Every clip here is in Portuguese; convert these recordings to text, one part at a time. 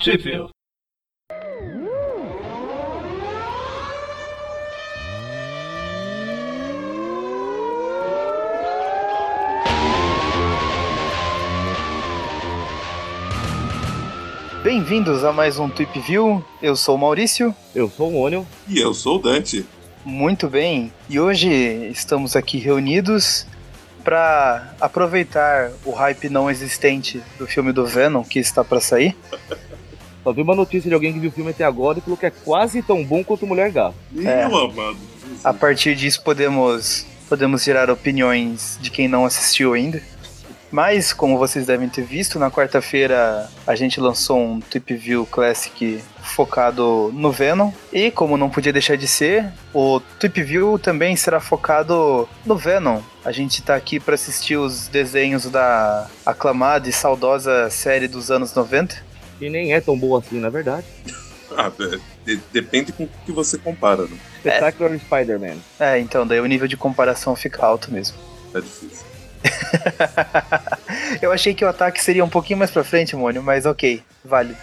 Sheffield. Bem-vindos a mais um Tweep View. Eu sou o Maurício. Eu sou o Mônio. E eu sou o Dante. Muito bem. E hoje estamos aqui reunidos para aproveitar o hype não existente do filme do Venom que está para sair. Só vi uma notícia de alguém que viu o filme até agora e falou que é quase tão bom quanto Mulher Gato. Meu amado. A partir disso podemos gerar opiniões de quem não assistiu ainda. Mas, como vocês devem ter visto, na quarta-feira a gente lançou um Tweep View Classic focado no Venom. E, como não podia deixar de ser, o Tweep View também será focado no Venom. A gente tá aqui para assistir os desenhos da aclamada e saudosa série dos anos 90. E nem é tão boa assim, na verdade. Depende com o que você compara, né? Spectacular Spider-Man. Então, daí o nível de comparação fica alto mesmo. É difícil. Eu achei que o ataque seria um pouquinho mais pra frente, Mônio, mas ok, válido.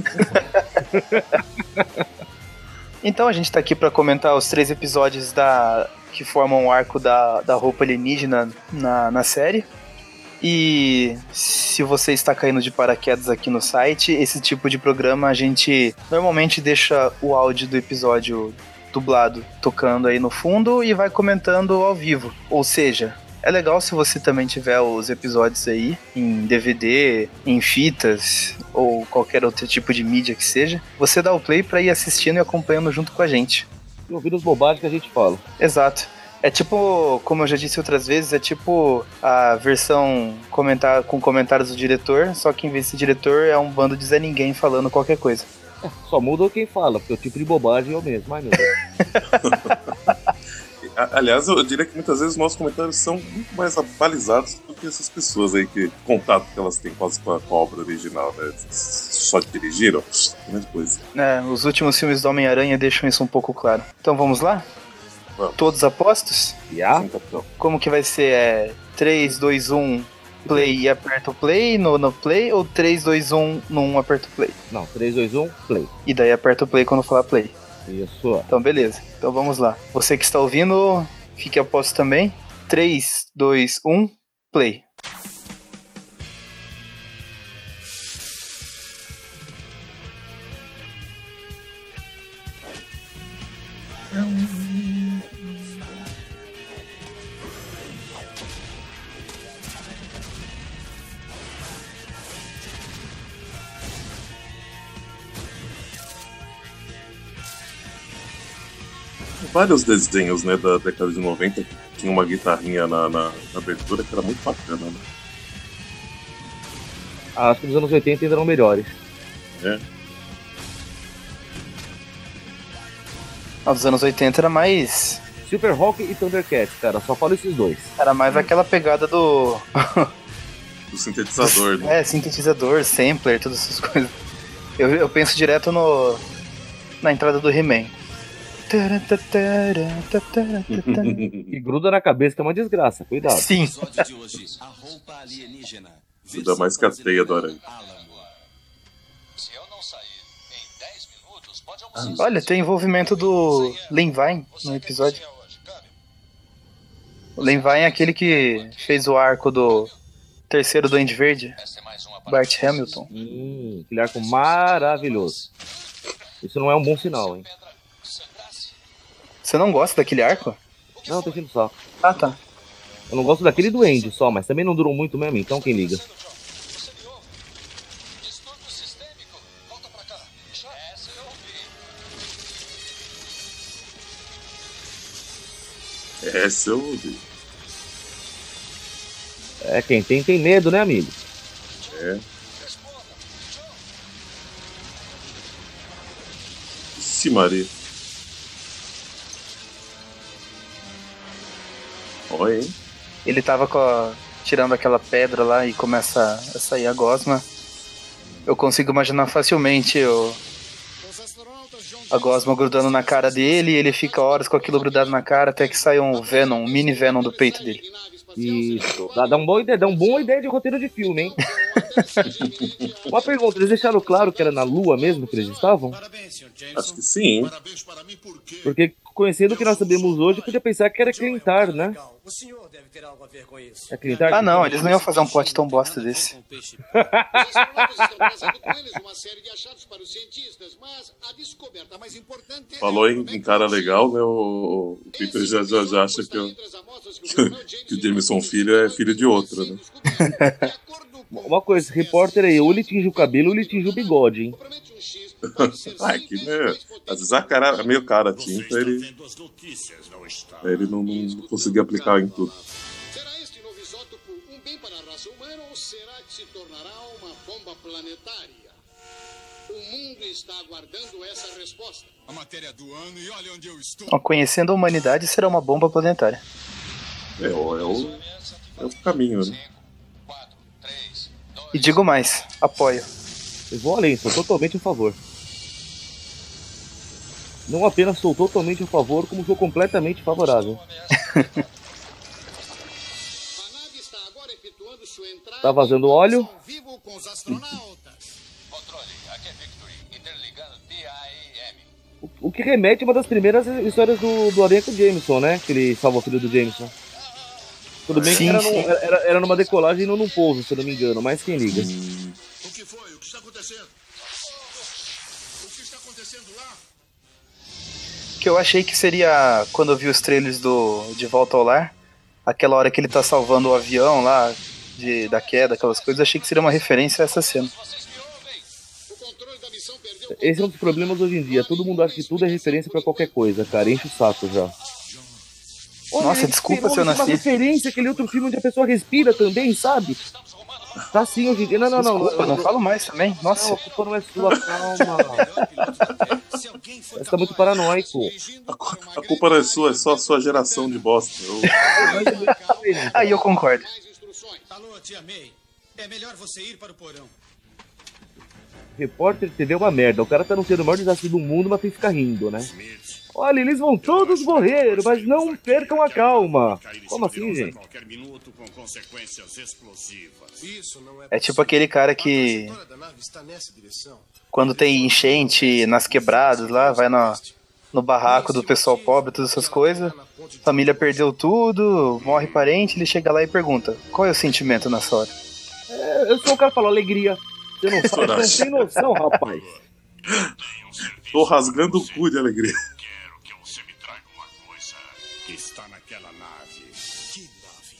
Então a gente tá aqui pra comentar os 3 episódios que formam o arco da roupa alienígena na série. E se você está caindo de paraquedas aqui no site, esse tipo de programa a gente normalmente deixa o áudio do episódio dublado tocando aí no fundo e vai comentando ao vivo. Ou seja, é legal se você também tiver os episódios aí em DVD, em fitas ou qualquer outro tipo de mídia que seja, você dá o play pra ir assistindo e acompanhando junto com a gente. E ouvindo as bobagens que a gente fala. Exato. É tipo, como eu já disse outras vezes, é tipo a versão com comentários do diretor, só que em vez de diretor é um bando de Zé Ninguém falando qualquer coisa. Só muda quem fala, porque o tipo de bobagem é o mesmo. Ai, meu Deus. Aliás, eu diria que muitas vezes os nossos comentários são muito mais abalizados do que essas pessoas aí, que contato que elas têm quase com a obra original, né? Só dirigiram, muita coisa. Os últimos filmes do Homem-Aranha deixam isso um pouco claro. Então vamos lá? Vamos. Todos apostos? Já? Sim, capitão. Como que vai ser? 3, 2, 1, play e aperta o play no play? Ou 3, 2, 1, no 1 aperta o play? Não, 3, 2, 1, play. E daí aperta o play quando falar play. Isso. Então beleza, então vamos lá. Você que está ouvindo, fique a posto também. 3, 2, 1, play. Vários desenhos, né, da década de 90 que tinha uma guitarrinha na abertura que era muito bacana, né? Acho que nos anos 80 ainda eram melhores. É. Dos anos 80 era mais Super Rock e Thundercats, cara, só falo esses dois. Era mais aquela pegada do Sintetizador, né? Sintetizador, sampler, todas essas coisas. Eu penso direto na entrada do He-Man. E gruda na cabeça que é uma desgraça, cuidado. Sim. Ainda mais que a teia do aranha. Olha, tem envolvimento do Len Wein no episódio. O Len Wein é aquele que fez o arco do terceiro Duende Verde, Bart Hamilton. Aquele arco maravilhoso. Isso não é um bom sinal, hein? Você não gosta daquele arco? Não, tô enchendo o saco. Ah, tá. Eu não gosto daquele duende só, mas também não durou muito mesmo, então quem liga? Essa eu ouvi. Quem tem medo, né, amigo? É. Ixi, Maria. Oi, hein? Ele tava tirando aquela pedra lá e começa a sair a gosma. Eu consigo imaginar facilmente a gosma grudando na cara dele, e ele fica horas com aquilo grudado na cara até que sai um Venom, um mini Venom do peito dele. Isso. Dá uma boa ideia de roteiro de filme, hein? Uma pergunta, eles deixaram claro que era na Lua mesmo que eles estavam? Acho que sim. Porque, conhecendo o que nós sabemos hoje, eu podia pensar que era Clintar, né? É Clintar? Ah, não, eles não iam fazer um plot tão bosta desse. Falou em cara legal, né? O Peter já acha que o Jameson filho é filho de outro, né? Uma coisa, esse repórter aí, ou ele tinge o cabelo ou ele tinge o bigode, hein? Ai, que, né? Às vezes a cara, meio cara tinta, ele não conseguia aplicar em tudo. Será este novo isótopo um bem para a raça humana ou será que se tornará uma bomba planetária? O mundo está aguardando essa resposta. A matéria do ano e olha onde eu estou. Ó, conhecendo a humanidade, será uma bomba planetária. É o caminho, né? E digo mais, apoio. Eu vou além, sou totalmente a favor. Não apenas sou totalmente a favor, como sou completamente favorável. Tá vazando óleo. O que remete a uma das primeiras histórias do Aranha com o Jameson, né? Que ele salva o filho do Jameson. Tudo bem que era numa decolagem e não num pouso, se eu não me engano, mas quem liga? O que foi? O que está acontecendo? O que está acontecendo lá? Que eu achei que seria, quando eu vi os trailers De Volta ao Lar, aquela hora que ele tá salvando o avião lá, da queda, aquelas coisas, eu achei que seria uma referência a essa cena. Esse é um dos problemas hoje em dia, todo mundo acha que tudo é referência pra qualquer coisa, cara, enche o saco já. Olha, nossa, desculpa se eu nasci. Uma referência, aquele outro filme onde a pessoa respira também, sabe? Tá sim hoje em dia. Não. Desculpa, não falo mais também. Nossa. Não, a culpa não é sua, calma. Você tá muito paranoico. A culpa não é sua, é só a sua geração de bosta. Aí eu concordo. Alô, tia May. É melhor você ir para o porão. Repórter TV é uma merda. O cara tá anunciando o maior desastre do mundo, mas tem que ficar rindo, né? Olha, eles vão todos morrer, mas não percam a calma. Como assim, gente? É tipo aquele cara que, quando tem enchente nas quebradas lá, vai no barraco do pessoal pobre, todas essas coisas, família perdeu tudo, morre parente, ele chega lá e pergunta, qual é o sentimento nessa hora? Eu sou o cara que fala alegria. Você não tem noção, rapaz. Tô rasgando o cu de alegria. Quero que você me traga uma coisa que está naquela nave. Que nave?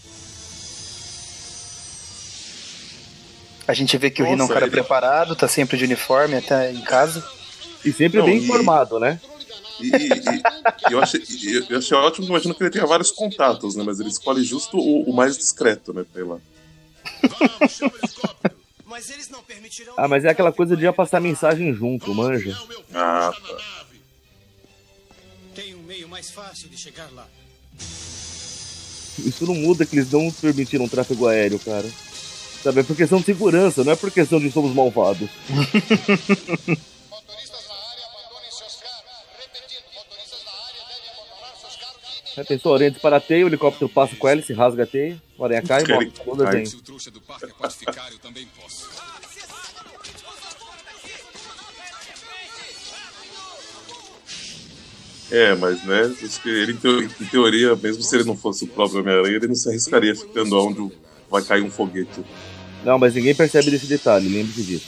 A gente vê que o Rino é um cara preparado, tá sempre de uniforme, até em casa. E sempre bem informado, né? Eu achei ótimo, imagino que ele tenha vários contatos, né? Mas ele escolhe justo o mais discreto, né? Pra ir lá. Vamos, chama o helicóptero. Mas eles não permitirão. Ah, mas é aquela coisa de já passar mensagem junto, manja. Ah, tá. Tem um meio mais fácil de chegar lá. Isso não muda que eles não permitiram tráfego aéreo, cara. Sabe, é por questão de segurança, não é por questão de somos malvados. Motoristas na área, abandonem seus carros. Repetindo, motoristas na área devem abandonar seus carros. Já pensou, a aranha dispara a teia, o helicóptero passa com ela, se rasga a teia, a aranha cai e morre. Todo desenho. Se o trouxa do parque pode ficar, eu também posso. É, mas né, ele em teoria, mesmo se ele não fosse o próprio Homem-Aranha, ele não se arriscaria ficando onde vai cair um foguete. Não, mas ninguém percebe desse detalhe, lembre-se disso.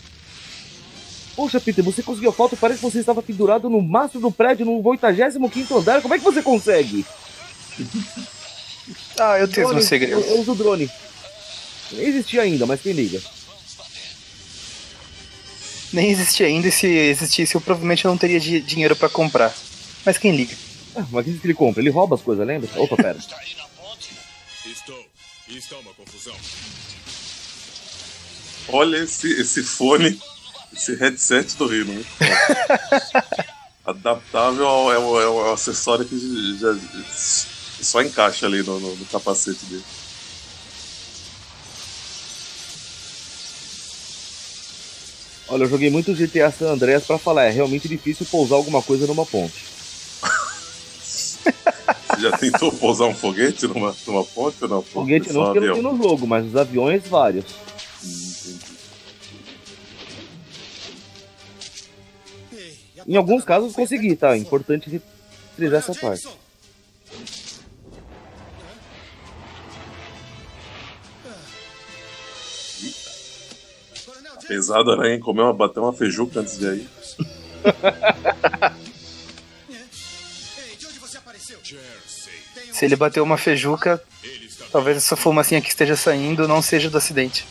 Poxa, Peter, você conseguiu a foto, parece que você estava pendurado no mastro do prédio no 85º andar, como é que você consegue? Ah, eu tenho um segredo. Eu uso o drone. Nem existia ainda, mas quem liga? Nem existia ainda, e se existisse eu provavelmente não teria dinheiro pra comprar. Mas quem liga? Ah, mas o que ele compra? Ele rouba as coisas, lembra? Opa, pera. Estou. E está uma confusão. Olha esse fone, esse headset do Rino. Né? Adaptável é o acessório que já só encaixa ali no capacete dele. Olha, eu joguei muito GTA San Andreas pra falar, é realmente difícil pousar alguma coisa numa ponte. Você já tentou pousar um foguete numa ponte ou não? Foguete não, porque não tem no jogo, mas os aviões, vários. Entendi. Em alguns casos consegui, tá? É importante frisar essa parte. Pesado, aranha comeu bater uma feijuca antes de ir. Se ele bateu uma feijuca, talvez essa fumacinha que esteja saindo não seja do acidente.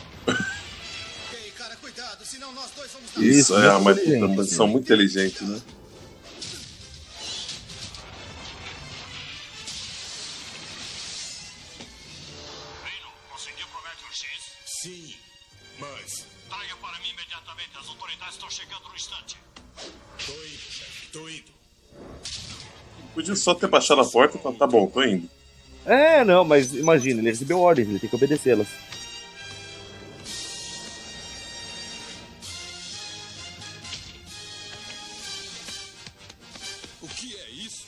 Isso, mas são muito inteligentes, né? Conseguiu Prometheus X? Sim, mas... Traga para mim imediatamente, as autoridades estão chegando no instante. Tô indo. Podia só ter baixado a porta e falar, tá bom, tô indo. Não, mas imagina, ele recebeu ordens, ele tem que obedecê-las. O que é isso?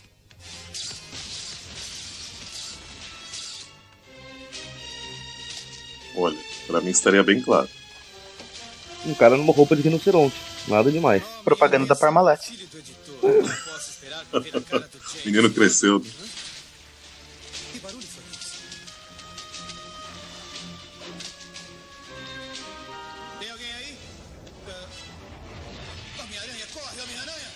Olha, pra mim estaria bem claro. Um cara numa roupa de rinoceronte, nada demais. Propaganda da Parmalat. O menino cresceu. Que barulho foi esse? Tem alguém aí? Homem-Aranha, corre, Homem-Aranha!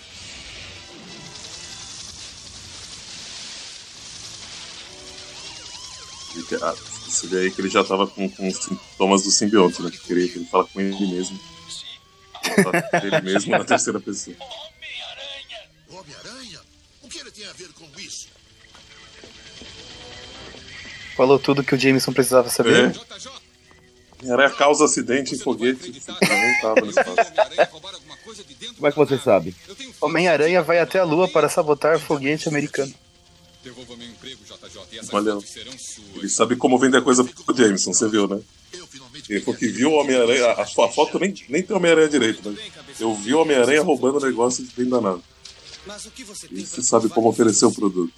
Você vê aí que ele já tava com sintomas do simbionte, né? Que queria que ele fala com ele mesmo. Ele mesmo na terceira pessoa. Homem-Aranha! Homem-Aranha? O que ele tem a ver com isso? Falou tudo que o Jameson precisava saber. Homem-Aranha causa acidente em foguete. Nem tava no espaço. Como é que você sabe? Homem-Aranha vai até a Lua para sabotar foguete americano. Devolva meu emprego, JJ, e essas Olha, fotos serão suas. ele sabe como vender coisa pro Jameson, você viu, né? Ele falou que viu o Homem-Aranha. A foto nem tem Homem-Aranha direito, né? Eu vi o Homem-Aranha roubando o negócio de dentro da nave. Mas o que você E tem você pra sabe como provar? oferecer o produto.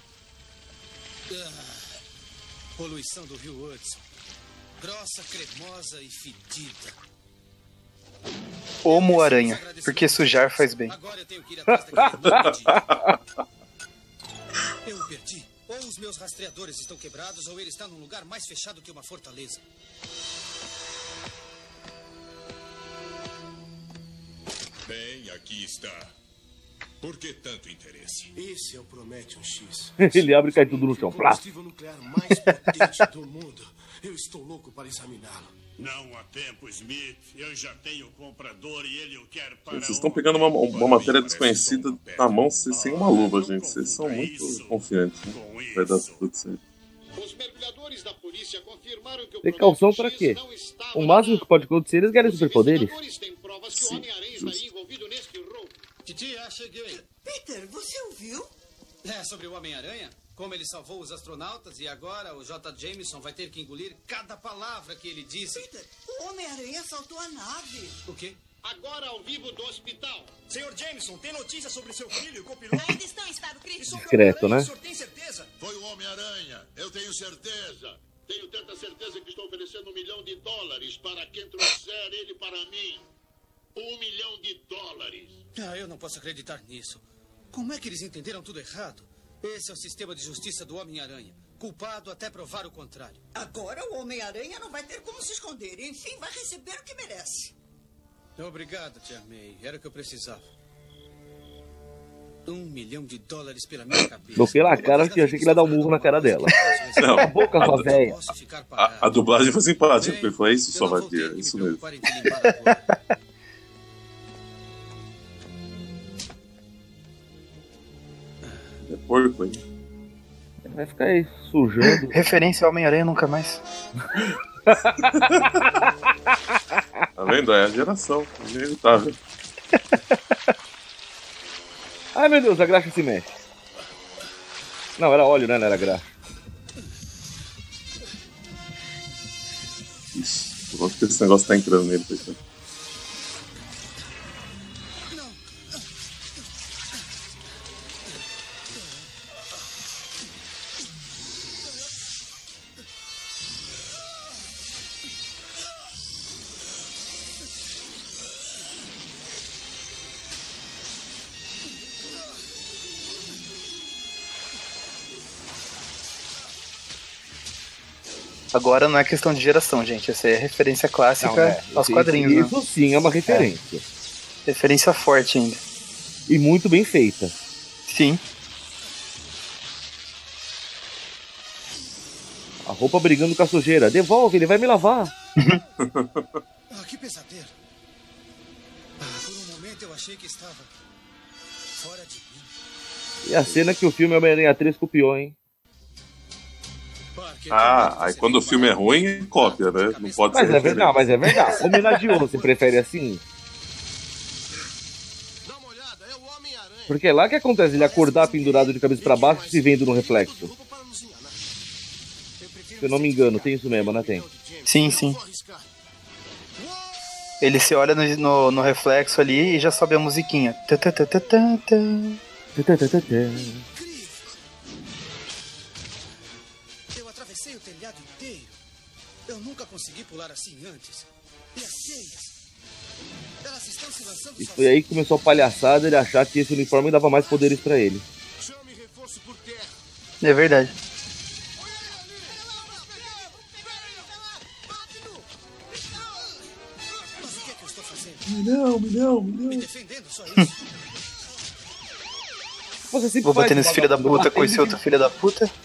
Poluição do rio Hudson. Grossa, cremosa e fedida. Homo-Aranha, porque sujar faz bem. Agora eu tenho que ir atrás daquele Eu o perdi. Ou os meus rastreadores estão quebrados, ou ele está num lugar mais fechado que uma fortaleza. Bem, aqui está. Por que tanto interesse? Esse é o Prometheus X. Ele abre e cai tudo no chão. Plá. O combustível nuclear mais potente do mundo. Eu estou louco para examiná-lo. Não há tempo, Smith. Eu já tenho o comprador e ele o quer para Vocês estão pegando uma matéria desconhecida na mão sem uma luva, gente. Vocês são muito confiantes, né? Vai dar tudo certo. Os mergulhadores da polícia confirmaram que o Precaução Prometheus pra quê? X não estava O máximo na que pode acontecer, eles ganham Os superpoderes. investigadores têm provas que o Sim, Homem-Aranha justo. estaria envolvido neste roubo. Titia, cheguei. Peter, você ouviu? É sobre o Homem-Aranha? Como ele salvou os astronautas e agora o J. Jameson vai ter que engolir cada palavra que ele disse. Peter, o Homem-Aranha assaltou a nave. O quê? Agora ao vivo do hospital. Senhor Jameson, tem notícia sobre seu filho e copiloto? Ainda estão em estado crítico. Discreto, né? O senhor tem certeza? Foi o Homem-Aranha. Eu tenho certeza. Tenho tanta certeza que estou oferecendo $1 milhão para quem trouxer ele para mim. $1 milhão. Ah, eu não posso acreditar nisso. Como é que eles entenderam tudo errado? Esse é o sistema de justiça do Homem-Aranha. Culpado até provar o contrário. Agora o Homem-Aranha não vai ter como se esconder. Enfim, vai receber o que merece. Obrigado, Tia May. Era o que eu precisava. $1 milhão pela minha cabeça. Dou pela cara que eu achei que ele ia dar um murro na cara dela. Não. Cala a boca, sua véia. Posso ficar parado. A dublagem foi simpática, porque foi isso, Eu não só vou ter vadia. que me Isso mesmo. preocupar em te limpar agora. É porco, hein? Vai ficar aí sujando. Referência ao Homem-Aranha nunca mais. Tá vendo? É a geração. É inevitável. Ai meu Deus, a graxa se mexe. Não, era óleo, né? Não era graxa. Ixi, eu gosto que esse negócio tá entrando nele. Pessoal. Agora não é questão de geração, gente. Essa é referência clássica aos quadrinhos. Isso sim é uma referência. Referência forte ainda. E muito bem feita. Sim. A roupa brigando com a sujeira. Devolve, ele vai me lavar. Que pesadelo. Por um momento eu achei que estava fora de mim. E a cena que o filme Homem-Aranha 3 copiou, hein? Aí quando o filme é ruim, cópia, né? Não pode Mas ser. é verdade, mas é verdade. Homenageou, você prefere assim? Porque é lá que acontece, ele acordar pendurado de cabeça pra baixo e se vendo no reflexo. Se eu não me engano, tem isso mesmo, né? Tem. Sim, sim. Ele se olha no reflexo ali e já sobe a musiquinha. Eu atravessei o telhado inteiro. Eu nunca consegui pular assim antes. E as teias? Elas estão se lançando. E foi aí que começou a palhaçada, ele achar que esse uniforme dava mais poderes pra ele. É verdade. Mas o que é que eu estou fazendo? Milhão. Me defendendo, só isso. Você sempre Vou bater faz nesse filho da puta com esse outro filho da puta. É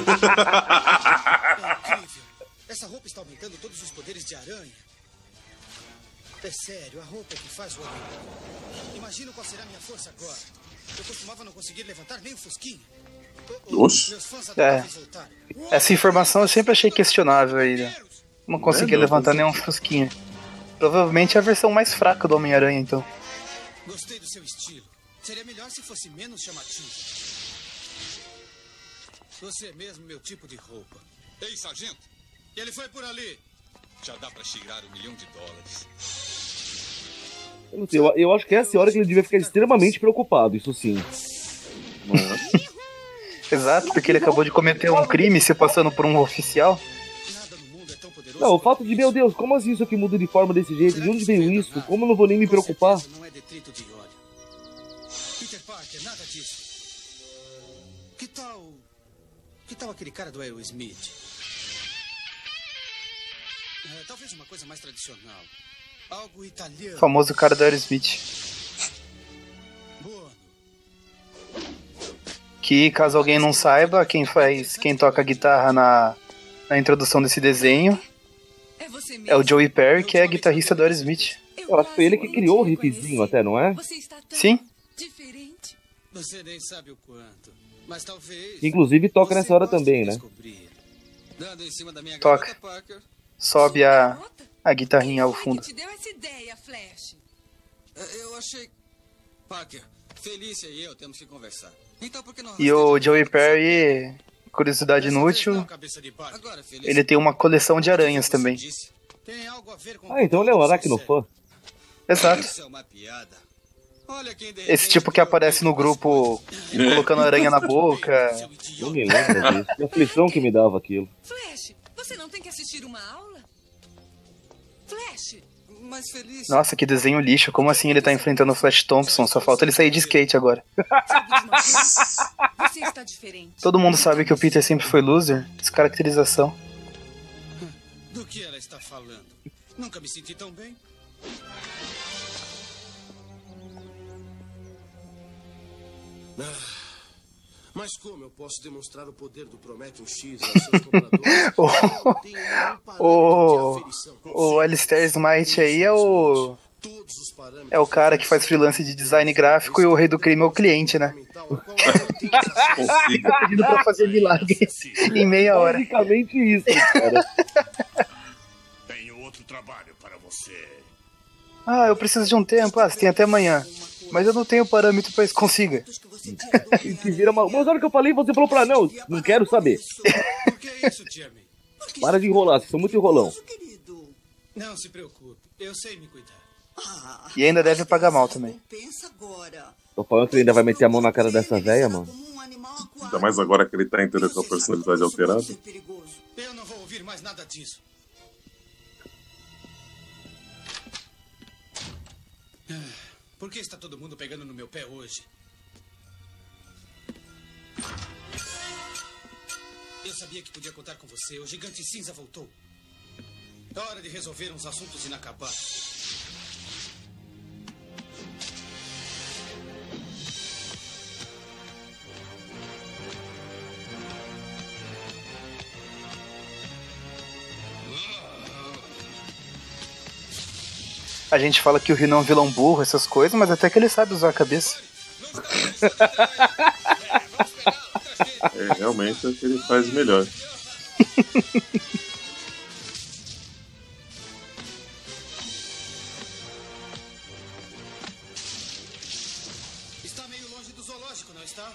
incrível. Essa roupa está aumentando todos os poderes de aranha. É sério, a roupa é que faz o homem. Imagino qual será a minha força agora. Eu costumava não conseguir levantar nem o fusquinha. Oxe. Meus fãs adoram É. voltar. Essa informação eu sempre achei questionável aí, né? Não consegui levantar nenhum fusquinha. Provavelmente é a versão mais fraca do Homem-Aranha, então. Gostei do seu estilo. Seria melhor se fosse menos chamativo. Você é mesmo meu tipo de roupa. Ei, sargento, Ele foi por ali. já dá pra cheirar $1 milhão. Eu não sei, eu acho que essa é a hora que ele devia ficar extremamente preocupado, isso sim. Exato, porque ele acabou de cometer um crime se passando por um oficial. Nada no mundo é tão poderoso. Não, o fato de, meu Deus, como assim isso aqui muda de forma desse jeito? De onde veio isso? Como eu não vou nem me preocupar? Não é detrito de óleo. Peter Parker, nada disso. Que tal aquele cara do Aerosmith? Talvez uma coisa mais tradicional. Algo italiano. O famoso cara do Aerosmith. Boa. Que, caso alguém não saiba, quem toca guitarra na introdução desse desenho é o Joey Perry, que é guitarrista do Aerosmith. Eu acho que foi ele que criou o riffzinho até, não é? Sim. Você nem sabe o quanto. Mas talvez. Inclusive toca nessa hora também, né? Dando em cima da minha Toca. garota, Parker. Sobe a guitarrinha ao fundo. Te deu essa ideia, Flash? Eu achei. Parker, Felícia e eu temos que conversar. Então por que não. E o Joey Perry, curiosidade inútil, Agora, Felícia, ele tem uma coleção de aranhas também. tem algo a ver com. Ah, então ele é um aracnofã. Exato. Isso é uma piada. Olha quem de Esse repente tipo que aparece no grupo colocando aranha na boca. seu Não idiota. me lembro disso. Que aflição que me dava aquilo. Flash, você não tem que assistir uma aula? Flash, Mas Felícia. Nossa, que desenho lixo. Como assim ele tá enfrentando o Flash Thompson? Só falta ele sair de skate agora. sabe de uma coisa? Você está diferente. Todo mundo sabe que o Peter sempre foi loser. Descaracterização. Do que ela está falando? Nunca me senti tão bem. Mas como eu posso demonstrar o poder do Prometheum X aos seus compradores? O- Não tenho nenhum parâmetro o- de aferição. O Alistair Smite aí é o cara que faz freelance de design gráfico e o rei do crime é o cliente, né? Consiga. Pedindo pra fazer milagre em meia hora. Basicamente isso, cara. Tenho outro trabalho para você. Ah, eu preciso de um tempo. Ah, você tem até amanhã. Mas eu não tenho parâmetro pra isso. Consiga. E que vira uma... Mas na hora que eu falei, você falou pra não quero saber. Por que isso, Jeremy? Para de enrolar, vocês são muito enrolão. Não se preocupe. Eu sei me cuidar. E ainda deve pagar mal também. Pensa agora. Tô falando que ele ainda vai meter a mão na cara dessa véia, mano. Ainda mais agora que ele tá inteiro com a personalidade alterada. Eu não vou ouvir mais nada disso. Por que está todo mundo pegando no meu pé hoje? Eu sabia que podia contar com você. O gigante cinza voltou. Hora de resolver uns assuntos inacabados. A gente fala que o Rino é um vilão burro, essas coisas, mas até que ele sabe usar a cabeça. Realmente é o que ele faz melhor. Está meio longe do zoológico, não está?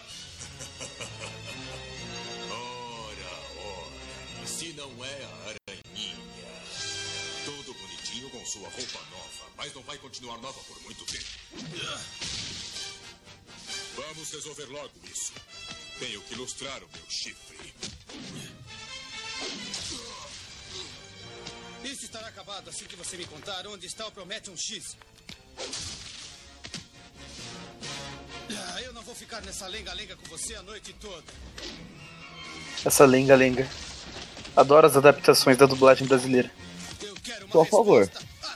Ora, se não é a aranhinha. Todo bonitinho com sua roupa nova, mas não vai continuar nova por muito tempo. Vamos resolver logo isso. Tenho que ilustrar o meu chifre. Isso estará acabado assim que você me contar onde está o Prometheum X. Eu não vou ficar nessa lenga-lenga com você a noite toda. Essa lenga-lenga. Adoro as adaptações da dublagem brasileira. Tô a favor.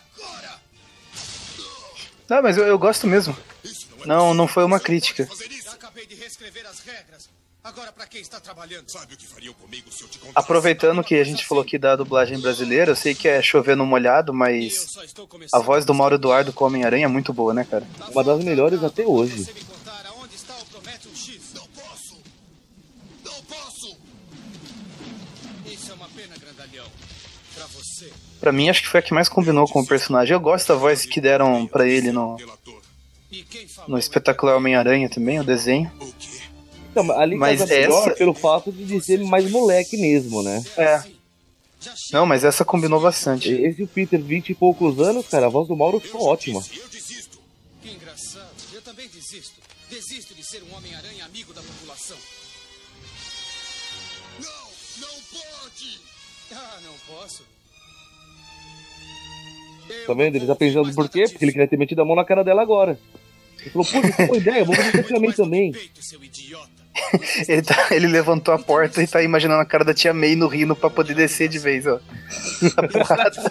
Não, mas eu gosto mesmo. Não foi uma crítica. Acabei de reescrever as regras. Agora pra quem está trabalhando? Sabe o que fariam comigo se eu te contasse? Aproveitando que a gente falou aqui da dublagem brasileira, eu sei que é chover no molhado, mas a voz do Mauro Eduardo como Homem-Aranha é muito boa, né, cara? Uma das melhores até hoje. Você me contar aonde está o Prometheum X? Não posso! Não posso! Isso é uma pena, grandalhão. Pra você. Pra mim, acho que foi a que mais combinou com o personagem. Eu gosto da voz que deram pra ele no espetacular Homem-Aranha também, o desenho. Então, ali mas casa melhor pelo fato de ser mais moleque mesmo, né? É. Não, mas essa combinou bastante. Esse o Peter, 20 e poucos anos, cara, a voz do Mauro ficou ótima. Que engraçado. Eu também desisto. Desisto de ser um Homem-Aranha amigo da população. Não pode! Não posso. Tá vendo? Ele tá pensando por quê? Porque ele queria ter metido a mão na cara dela agora. Ele falou, pô, que boa ideia, vou fazer isso pra mim também. Ele levantou a porta e tá imaginando a cara da tia May no Rino pra poder descer de vez, ó. A porrada.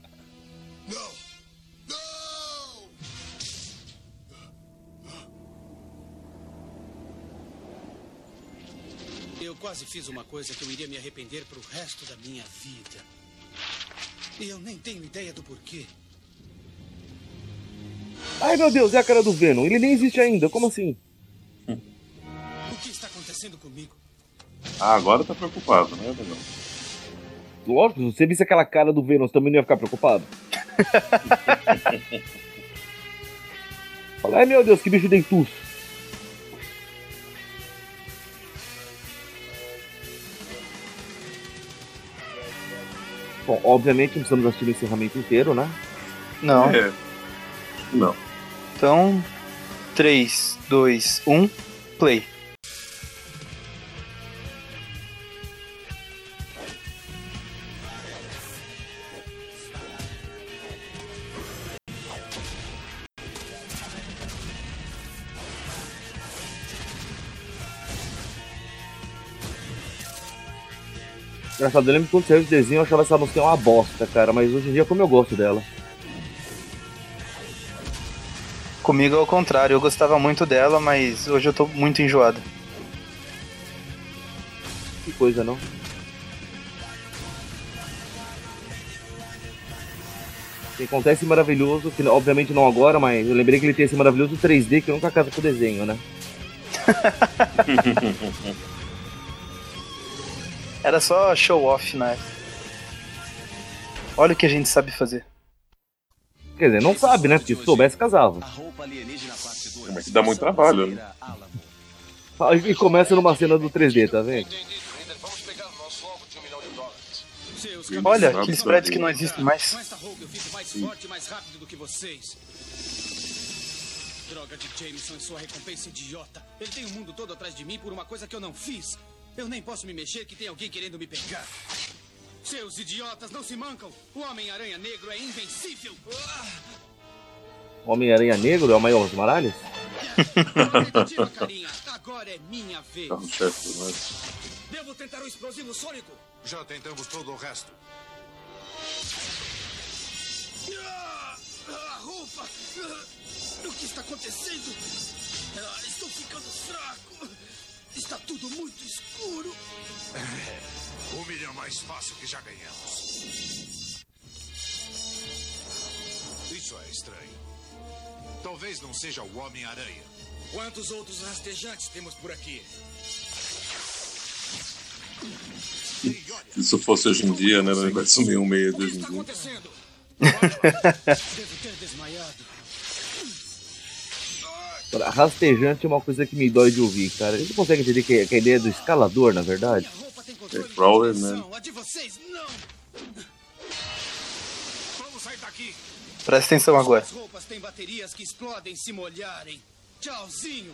Eu quase fiz uma coisa que eu iria me arrepender pro resto da minha vida. E eu nem tenho ideia do porquê. Ai, meu Deus, é a cara do Venom. Ele nem existe ainda, como assim? O que está acontecendo comigo? Agora tá preocupado, né, Venom? Lógico, se você visse aquela cara do Venom, você também não ia ficar preocupado? Fala, ai meu Deus, que bicho dentuço. Bom, obviamente não precisamos assistir o encerramento inteiro, né? Não. Não. Então, 3, 2, 1, play. Engraçado, eu lembro que quando saiu o desenho eu achava essa música uma bosta, cara, mas hoje em dia como eu gosto dela. Comigo é o contrário, eu gostava muito dela, mas hoje eu tô muito enjoado. Que coisa, não? Tem acontece maravilhoso, que obviamente não agora, mas eu lembrei que ele tem esse maravilhoso 3D que nunca casa com o desenho, né? Era só show off, né? Olha o que a gente sabe fazer. Quer dizer, não sabe, né? Porque se soubesse, casava. Mas que dá muito trabalho, né? E começa numa cena do 3D, tá vendo? Olha, aqueles prédios que não existem mais. Com esta roupa eu fico mais forte e mais rápido do que vocês. Droga de Jameson e sua recompensa idiota. Ele tem o mundo todo atrás de mim por uma coisa que eu não fiz. Eu nem posso me mexer que tem alguém querendo me pegar. Seus idiotas não se mancam. O Homem-Aranha Negro é invencível. O Homem-Aranha Negro é o maior dos Maralhos? Tentativa, carinha. Agora é minha vez. Carro-chefe, né? Devo tentar o explosivo sônico. Já tentamos todo o resto. A roupa! O que está acontecendo? Estou ficando fraco. Está tudo muito escuro. O milhão mais fácil que já ganhamos. Isso é estranho. Talvez não seja o Homem-Aranha. Quantos outros rastejantes temos por aqui? Ei, olha. Se isso fosse hoje em dia, né? No universo 66 de hoje em dia. Acontecendo? Devo ter desmaiado. Rastejante é uma coisa que me dói de ouvir, cara. A gente consegue entender que a ideia é do escalador, na verdade? É crawler, né? A de vocês, não! Vamos sair daqui. Presta atenção agora. As roupas têm baterias que explodem se molharem. Tchauzinho.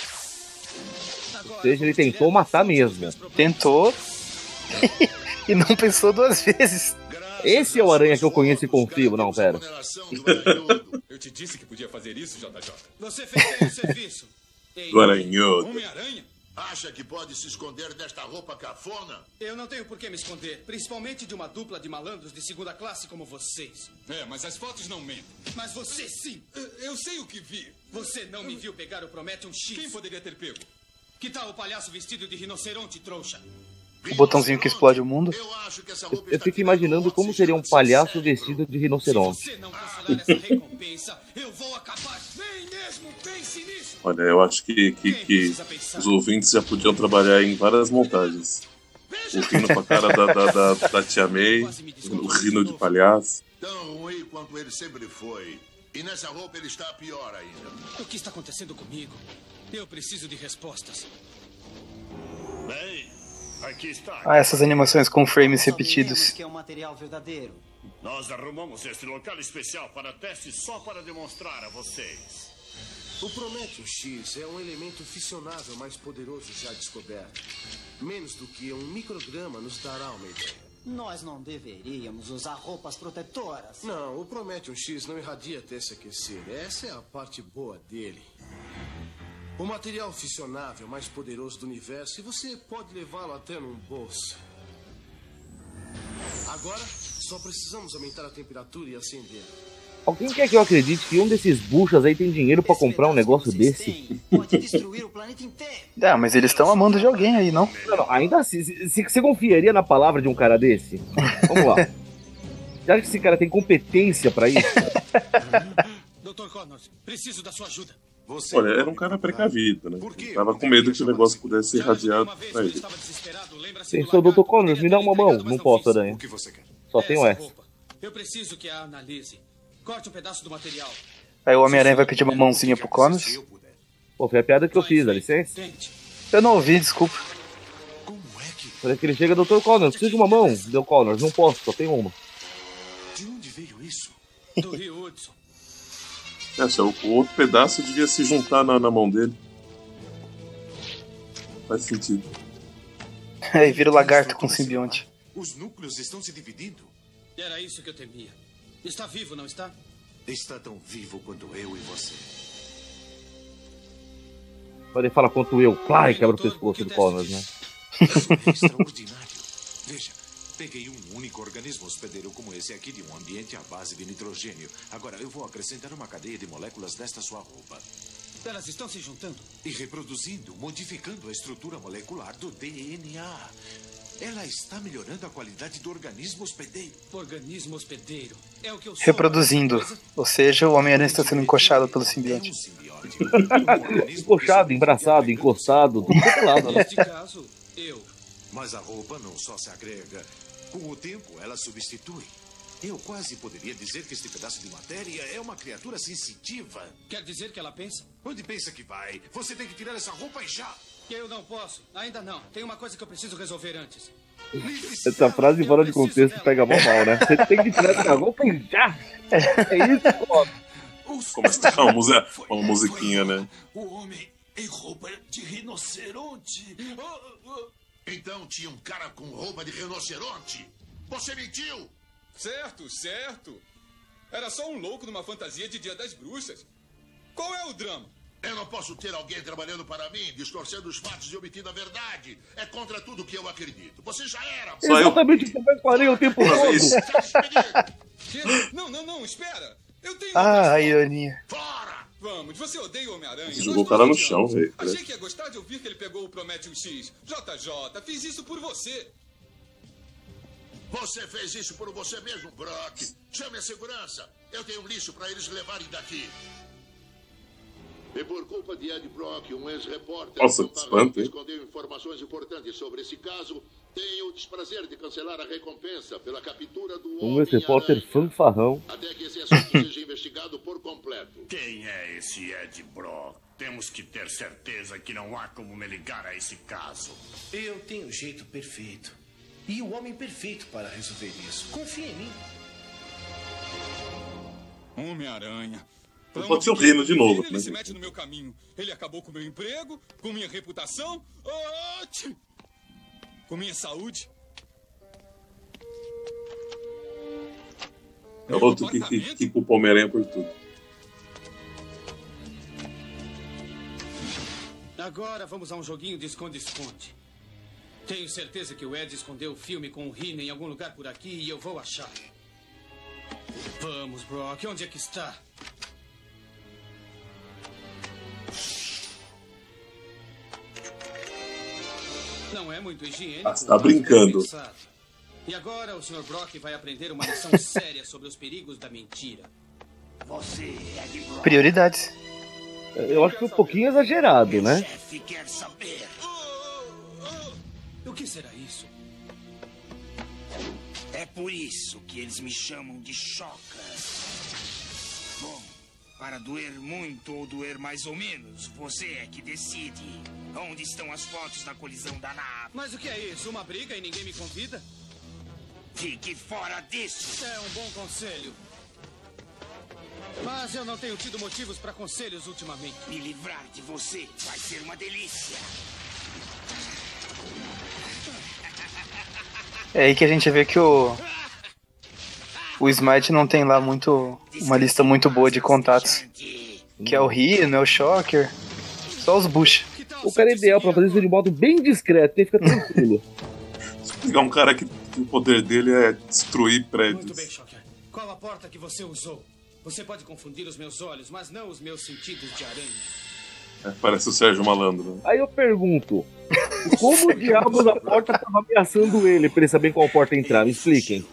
Ou seja, ele tentou matar mesmo. Tentou e não pensou duas vezes. Esse é o Aranha que eu conheço e confio. Não, pera. Eu te disse que podia fazer isso, JJ. Você fez bem o serviço. Do Aranhudo. Homem-Aranha? Acha que pode se esconder desta roupa cafona? Eu não tenho por que me esconder, principalmente de uma dupla de malandros de segunda classe como vocês. É, mas as fotos não mentem. Mas você sim. Eu sei o que vi. Você não me viu pegar o Prometheum X. Quem poderia ter pego? Que tal o palhaço vestido de rinoceronte, trouxa? O botãozinho que explode o mundo. Eu fico imaginando como seria um palhaço vestido de rinoceronte. Se você não cancelar essa recompensa, eu vou acabar. Nem mesmo pense nisso. Olha, eu acho que os ouvintes já podiam trabalhar em várias montagens. O rino com a cara da Tia May, o rino de palhaço. Tão ruim quanto ele sempre foi. E nessa roupa ele está pior ainda. O que está acontecendo comigo? Eu preciso de respostas. Bem, aqui está. Ah, essas animações com frames repetidos. Que é um material verdadeiro. Nós arrumamos este local especial para testes só para demonstrar a vocês. O Prometheum X é um elemento fissionável mais poderoso já descoberto. Menos do que um micrograma nos dará uma ideia. Nós não deveríamos usar roupas protetoras. Não, o Prometheum X não irradia até se aquecer. Essa é a parte boa dele. O material fissionável mais poderoso do universo, e você pode levá-lo até num bolso. Agora, só precisamos aumentar a temperatura e acender. Alguém quer que eu acredite que um desses buchas aí tem dinheiro pra comprar um negócio desse? Pode destruir o planeta inteiro. Ah, mas eles estão amando de alguém aí, não? Não, ainda assim, você confiaria na palavra de um cara desse? Vamos lá. Você acha que esse cara tem competência pra isso? Dr. Connors, preciso da sua ajuda. Olha, era um cara precavido, né? Tava com medo que o negócio pudesse ser irradiado pra ele. Pensou, Dr. Connors, me dá uma mão. Não posso, Aranha. Só tenho essa. Eu preciso que a analise. Corte um pedaço do material. Aí o Homem-Aranha vai pedir uma mãozinha pro Connors. Pô, foi a piada que eu fiz, dá licença? Eu não ouvi, desculpa. Olha que ele chega, Dr. Connors, preciso de uma mão. Deu Connors, não posso, só tenho uma. De onde veio isso? Do Rio Hudson. O outro pedaço devia se juntar na mão dele. Faz sentido. Aí vira o lagarto com simbionte. Os núcleos estão se dividindo. Era isso que eu temia. Está vivo, não está? Está tão vivo quanto eu e você. Pode falar quanto eu. Claro, e quebra o pescoço do Connors, né? Isso é extraordinário. Veja, peguei um único organismo hospedeiro como esse aqui de um ambiente à base de nitrogênio. Agora eu vou acrescentar uma cadeia de moléculas desta sua roupa. Elas estão se juntando. E reproduzindo, modificando a estrutura molecular do DNA. Ela está melhorando a qualidade do organismo hospedeiro. Organismo hospedeiro. É o que eu sou. Reproduzindo. Ou seja, o Homem-Aranha está sendo encoxado pelo simbionte. Encoxado, embraçado, encostado, tudo pro lado, né? Neste caso, eu. Mas a roupa não só se agrega. Com o tempo, ela substitui. Eu quase poderia dizer que este pedaço de matéria é uma criatura sensitiva. Quer dizer que ela pensa? Onde pensa que vai? Você tem que tirar essa roupa e já. Eu não posso. Ainda não. Tem uma coisa que eu preciso resolver antes. Essa frase fora de contexto pega mal, né? Você tem que tirar essa roupa e já. É isso, ó. Começa a tocar uma musiquinha, né? O homem em roupa de rinoceronte. Então tinha um cara com roupa de rinoceronte? Você mentiu! Certo, certo. Era só um louco numa fantasia de Dia das Bruxas. Qual é o drama? Eu não posso ter alguém trabalhando para mim, distorcendo os fatos e omitindo a verdade. É contra tudo que eu acredito. Você já era. Exatamente o que eu falei o tempo todo. Não, espera. Eu tenho a ironia. Vamos, você odeia o Homem-Aranha. Jogou o cara no chão, velho. Achei que ia gostar de ouvir que ele pegou o Prometheus X. JJ, fiz isso por você. Você fez isso por você mesmo, Brock. Chame a segurança. Eu tenho um lixo para eles levarem daqui. E por culpa de Ed Brock, um ex-repórter que escondeu informações importantes sobre esse caso, tenho o desprazer de cancelar a recompensa pela captura do Um ex-repórter fanfarrão. Até que esse assunto seja investigado por completo. Quem é esse Ed Brock? Temos que ter certeza que não há como me ligar a esse caso. Eu tenho o jeito perfeito. E o homem perfeito para resolver isso. Confia em mim. Homem-Aranha. Pode ser o reino de novo. Ele se mete no meu caminho. Ele acabou com meu emprego, com minha reputação, com minha saúde. É outro que culpa o Homem-Aranha por tudo. Agora vamos a um joguinho de esconde-esconde. Tenho certeza que o Ed escondeu o filme com o Rina em algum lugar por aqui e eu vou achar. Vamos, Brock, onde é que está? Não é muito higiênico. Você tá brincando. E agora o Sr. Brock vai aprender uma lição séria sobre os perigos da mentira. Você é de Brock. Prioridades. Eu acho que foi um pouquinho exagerado, né? O chefe quer saber. O que será isso? É por isso que eles me chamam de Shocker. Bom, para doer muito ou doer mais ou menos, você é que decide. Onde estão as fotos da colisão da nave? Mas o que é isso? Uma briga e ninguém me convida? Fique fora disso. É um bom conselho. Mas eu não tenho tido motivos para conselhos ultimamente. Me livrar de você vai ser uma delícia. É aí que a gente vê que o Smite não tem lá uma lista muito boa de contatos. Que é o Rhino, é o Shocker, só os Bush. O cara é ideal pra fazer isso de modo bem discreto, ele fica tranquilo. Se pegar um cara que o poder dele é destruir prédios. Muito bem, Shocker. Qual a porta que você usou? Você pode confundir os meus olhos, mas não os meus sentidos de aranha. Parece o Sérgio Malandro. Né? Aí eu pergunto, como diabos a porta tava ameaçando ele pra ele saber qual porta entrar? Me expliquem.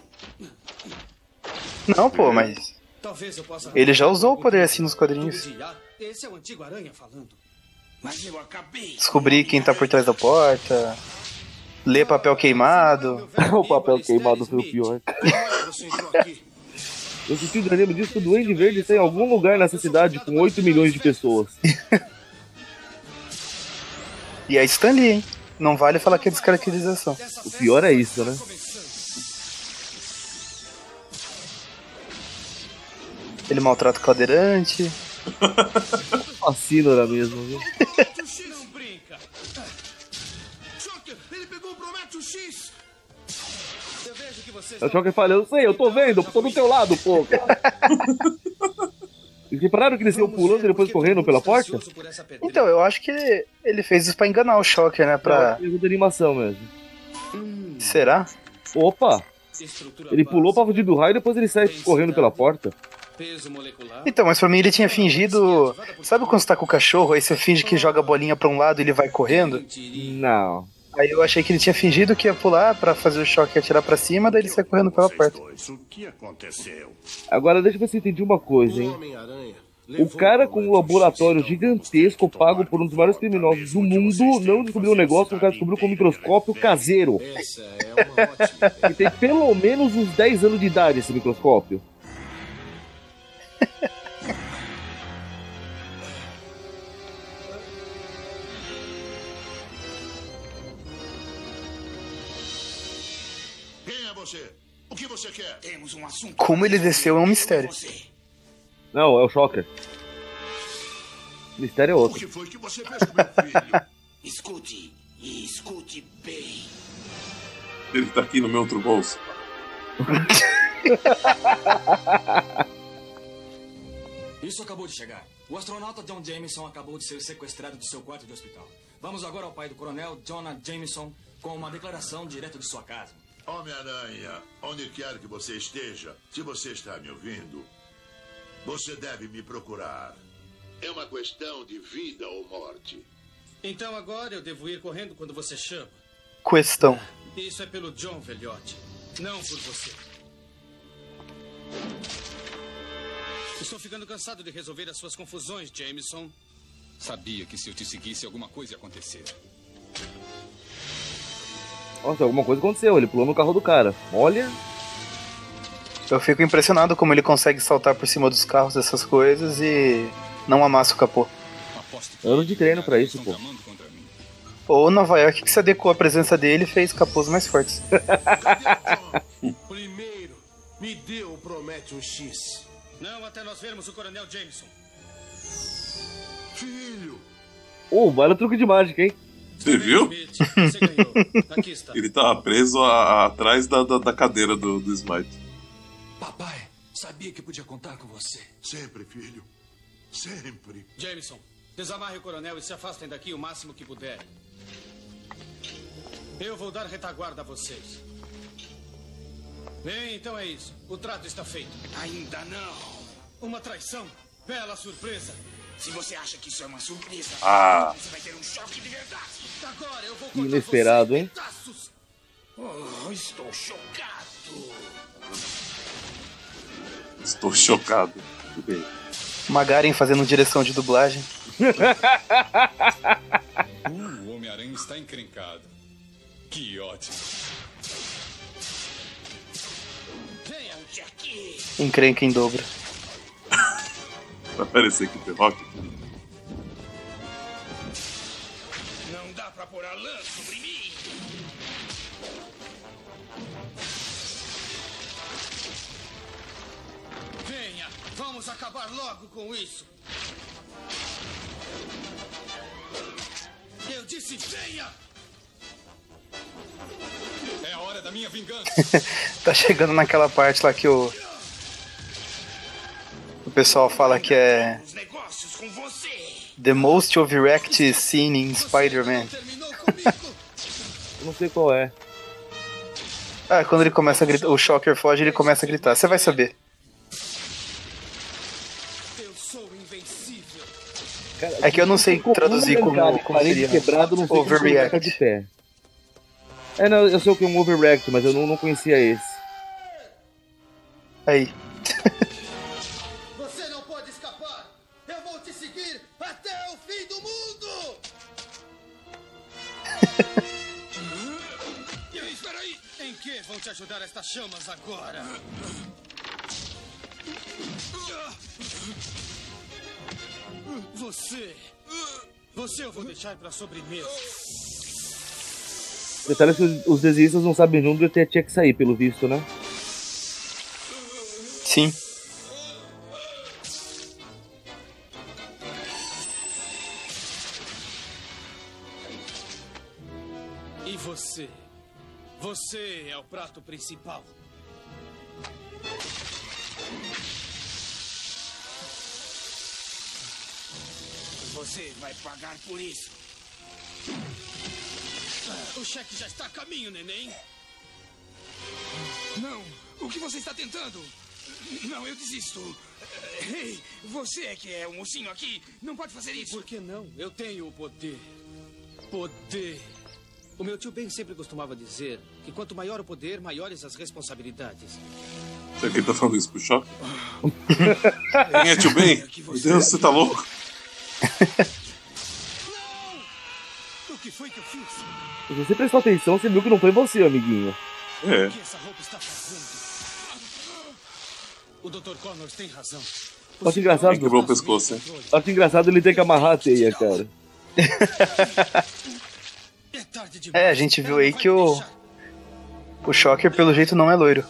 Não, pô, mas ele já usou o poder assim nos quadrinhos. Esse é o antigo aranha falando. Mas eu acabei. Descobrir quem tá por trás da porta. Ler papel queimado. O papel queimado foi o pior. Eu senti o drama disso que o Duende Verde está em algum lugar nessa cidade com 8 milhões de pessoas. E é Stan Lee, hein? Não vale falar que é descaracterização. O pior é isso, né? Ele maltrata o cadeirante. Fascínora mesmo, viu? Não brinca. Shocker, ele pegou o Prometheus X. Eu vejo que vocês O Shocker fala, eu sei, eu tô vendo, tô do teu lado, pô. E repararam que eles iam pulando e depois correndo pela porta? Então, eu acho que ele fez isso pra enganar o Shocker, né? Pra... É de animação mesmo. Será? Opa! Ele pulou pra fugir do raio e depois ele sai correndo pela porta. Então, mas pra mim ele tinha fingido... Sabe quando você tá com o cachorro, aí você finge que joga a bolinha pra um lado e ele vai correndo? Não. Aí eu achei que ele tinha fingido que ia pular pra fazer o Shocker atirar pra cima, daí ele sai correndo pela porta. O que aconteceu? Agora deixa eu ver se eu entendi uma coisa, hein? O cara com um laboratório gigantesco pago por um dos maiores criminosos do mundo não descobriu um negócio, o cara descobriu com um microscópio caseiro. E tem pelo menos uns 10 anos de idade esse microscópio. Quem é você? O que você quer? Temos um assunto. Como ele desceu é um mistério. Não, é o Shocker. O mistério é outro. O que foi que você fez com meu filho? Escute, e escute bem. Ele tá aqui no meu outro bolso. Isso acabou de chegar. O astronauta John Jameson acabou de ser sequestrado do seu quarto de hospital. Vamos agora ao pai do coronel Jonah Jameson com uma declaração direto de sua casa. Homem-Aranha, onde quer que você esteja, se você está me ouvindo, você deve me procurar. É uma questão de vida ou morte. Então agora eu devo ir correndo quando você chama. Questão. Isso é pelo John, velhote. Não por você. Estou ficando cansado de resolver as suas confusões, Jameson. Sabia que se eu te seguisse, alguma coisa ia acontecer. Nossa, alguma coisa aconteceu. Ele pulou no carro do cara. Olha. Eu fico impressionado como ele consegue saltar por cima dos carros, dessas coisas, e não amassa o capô. Ano de treino pra isso, pô. Ou Nova York que se adequou à presença dele e fez capôs mais fortes. Primeiro, me dê o Prometheus X. Não até nós vermos o Coronel Jameson. Filho! Vale o truque de mágica, hein? Você viu? Você ganhou. Aqui está. Ele tava preso atrás da cadeira do Smite. Papai, sabia que podia contar com você. Sempre, filho. Sempre. Jameson, desamarre o coronel e se afastem daqui o máximo que puderem. Eu vou dar retaguarda a vocês. Bem, então é isso. O trato está feito. Ainda não. Uma traição. Bela surpresa. Se você acha que isso é uma surpresa, você vai ter um choque de verdade. Agora eu vou Que inesperado, hein? Estou chocado. Estou chocado. Tudo bem. Magaren fazendo direção de dublagem. O Homem-Aranha está encrencado. Que ótimo. Venha-te aqui. Encrenca em dobro. Vai parecer que tem rock. Não dá pra pôr a lã sobre mim. Venha, vamos acabar logo com isso. Eu disse venha. É a hora da minha vingança. Tá chegando naquela parte lá que o pessoal fala que é the most overacted scene in Spider-Man. Eu não sei qual é. Ah, quando ele começa a gritar, o Shocker foge, ele começa a gritar. Você vai saber. Eu sou invencível. É que eu não sei traduzir como seria. Quebrado, não sei Overreact. de pé. Não, eu sei o que é um overreact, mas eu não conhecia esse. Aí. Você não pode escapar. Eu vou te seguir até o fim do mundo. Espera aí. Em que vão te ajudar estas chamas agora? Você eu vou deixar pra sobremesa. Detalhe que os desenhistas não sabem onde tinha que sair, pelo visto, né? Sim. E você? Você é o prato principal. Você vai pagar por isso. O cheque já está a caminho, neném. Não, o que você está tentando? Não, eu desisto. Ei, você é que é o mocinho aqui. Não pode fazer isso. Por que não? Eu tenho o poder. Poder. O meu tio Ben sempre costumava dizer que quanto maior o poder, maiores as responsabilidades. Será que ele tá falando isso pro Choque? Quem é tio Ben? Meu Deus, você tá louco? O que foi que eu fiz? Se você prestou atenção, você viu que não foi você, amiguinho. É. O que essa roupa está fazendo? O Dr. Connors tem razão. Acho engraçado. Quebrou o pescoço, hein? Acho engraçado ele ter que amarrar a teia, cara. É, a gente viu aí que o Shocker, pelo jeito, não é loiro.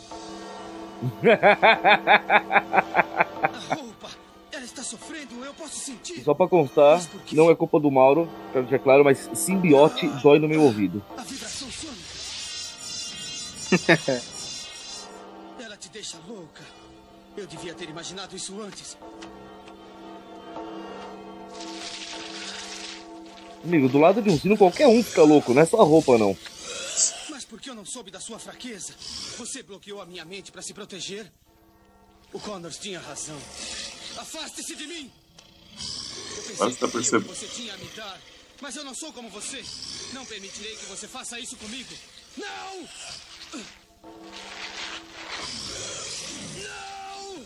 A roupa, ela está sofrendo, eu posso sentir. Só pra constar, não é culpa do Mauro, pra deixar claro, mas simbiote dói no meu ouvido. A vibração some. Ela te deixa louca. Eu devia ter imaginado isso antes. Amigo, do lado de um sino qualquer um fica louco, não é só a roupa, não. Mas por que eu não soube da sua fraqueza? Você bloqueou a minha mente para se proteger? O Connors tinha razão. Afaste-se de mim! Eu pensei que você tinha a me dar, mas eu não sou como você. Não permitirei que você faça isso comigo. Não! Não!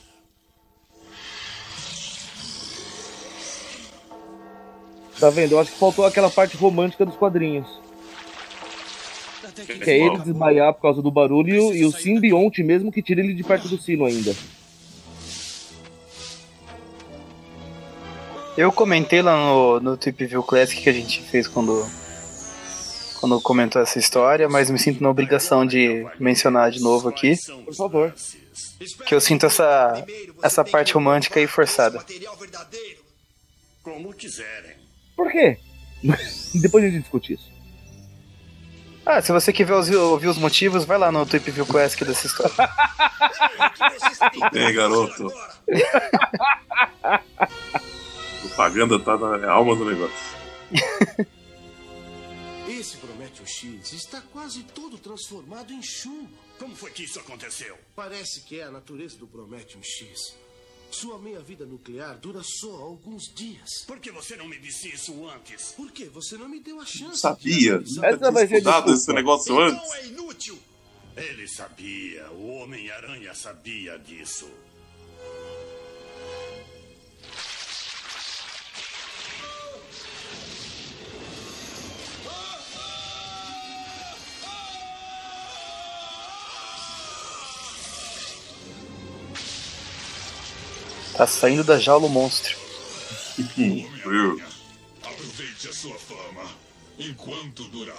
Tá vendo? Eu acho que faltou aquela parte romântica dos quadrinhos. Que é ele desmaiar por causa do barulho e o simbionte mesmo que tira ele de perto do sino ainda. Eu comentei lá no Tweep View Classic que a gente fez quando comentou essa história, mas me sinto na obrigação de mencionar de novo aqui. Por favor. Que eu sinto essa parte romântica aí forçada. Como quiserem. Por quê? Depois a gente discute isso. Ah, se você quer ouvir os motivos, vai lá no Tweep View Classic dessa história. Ei, garoto. Propaganda tá na alma do negócio. Esse Prométheo X está quase todo transformado em chumbo. Como foi que isso aconteceu? Parece que é a natureza do Prométheo X. Sua meia-vida nuclear dura só alguns dias. Por que você não me disse isso antes? Por quê? Você não me deu a chance. Não sabia. Essa vai ser estudado esse negócio antes. Então é inútil. Ele sabia. O Homem-Aranha sabia disso. Tá saindo da jaula o monstro. Aproveite a sua fama enquanto durar.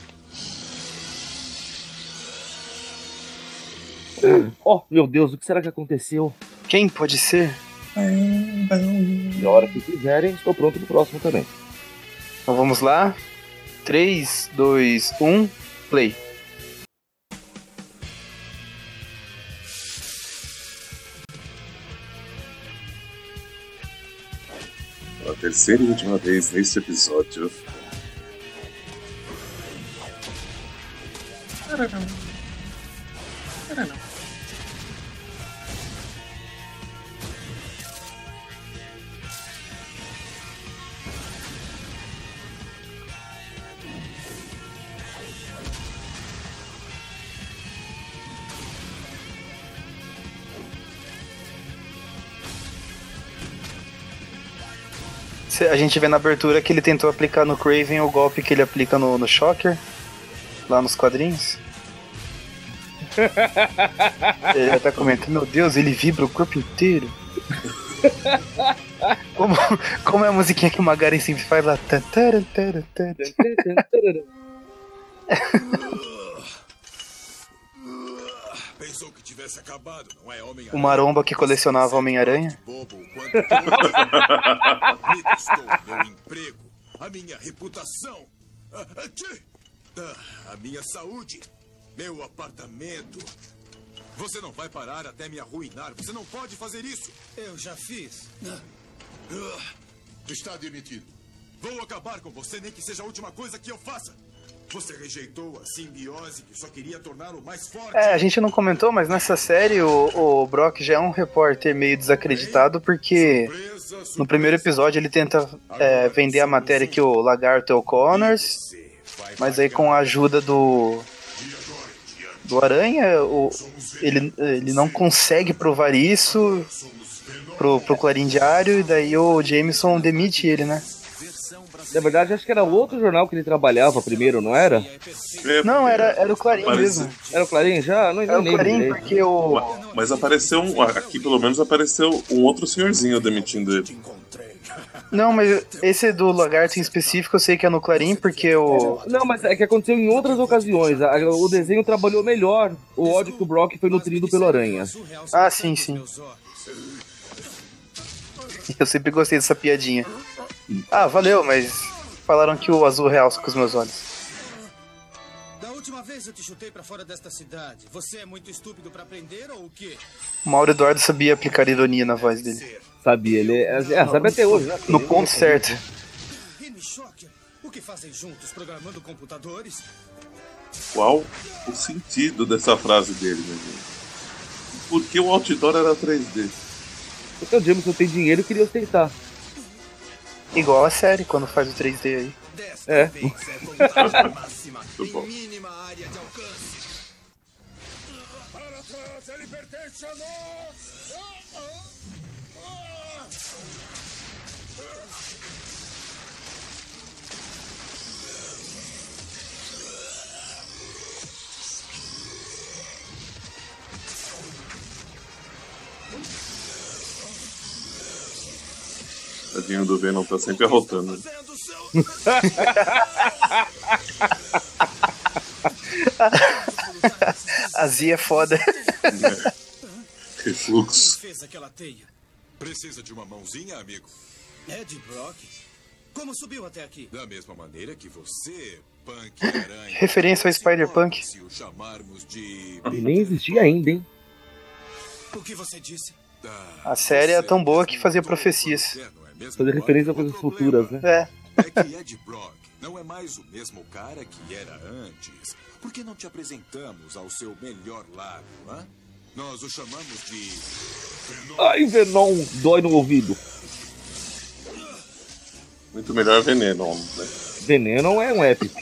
Oh, meu Deus, o que será que aconteceu? Quem pode ser? E a hora que quiserem, estou pronto pro próximo também. Então vamos lá. 3, 2, 1, play. Pela terceira e última vez neste episódio. A gente vê na abertura que ele tentou aplicar no Kraven o golpe que ele aplica no Shocker, lá nos quadrinhos. Ele até comenta, meu Deus, ele vibra o corpo inteiro. Como é a musiquinha que o Magaren sempre faz lá. Pensou que tivesse acabado, não é, Homem-Aranha? O maromba que colecionava Homem-Aranha. Me custou meu emprego, a minha reputação, a minha saúde, meu apartamento. Você não vai parar até me arruinar. Você não pode fazer isso. Eu já fiz. Está demitido. Vou acabar com você, nem que seja a última coisa que eu faça. Você rejeitou a simbiose que só queria torná-lo mais forte. A gente não comentou, mas nessa série o Brock já é um repórter meio desacreditado porque no primeiro episódio ele tenta vender a matéria que o Lagarto é o Connors, mas aí com a ajuda do Aranha ele não consegue provar isso pro Clarim Diário e daí o Jameson demite ele, né? Na verdade, acho que era outro jornal que ele trabalhava primeiro, não era? Não, era o Clarim mesmo. Era o Clarim já? Não era o Clarim direito. porque o... Mas apareceu, aqui pelo menos apareceu um outro senhorzinho demitindo ele. Não, mas esse do Lagarto em específico eu sei que é no Clarim porque o... Não, mas é que aconteceu em outras ocasiões. O desenho trabalhou melhor o ódio que o Brock foi nutrido pelo Aranha. Ah, sim. Eu sempre gostei dessa piadinha. Ah, valeu, mas falaram que o azul realça com os meus olhos. Da última vez eu te chutei pra fora desta cidade. Você é muito estúpido pra aprender ou o quê? O Mauro Eduardo sabia aplicar ironia na voz dele. Sabia, ele sabe até hoje, né? No ponto certo. Remy Shocker, O que fazem juntos, programando computadores? Qual o sentido dessa frase dele, meu gente? Por que o outdoor era 3D? Porque o Jameson tem dinheiro e queria ostentar. Igual a série, quando faz o 3D aí. É. Muito bom. Mínima área de alcance. Para trás, ele pertence a nós! Tadinho do Venom tá sempre arrotando. A Zia é foda. Refluxo. Fez aquela teia. Precisa de uma mãozinha, amigo? Ed Brock? Como subiu até aqui? Da mesma maneira que você, Punk Aranha. Referência ao Spider-Punk. Se o chamarmos de... Ele nem existia ainda, hein? O que você disse? A série é tão boa que fazia profecias. Fazer referência a coisas futuras, né? É. É que Ed Brock não é mais o mesmo cara que era antes. Por que não te apresentamos ao seu melhor lado, hã? Nós o chamamos de... Ai, Venom, dói no ouvido. Muito melhor Veneno, né? Veneno é um épico.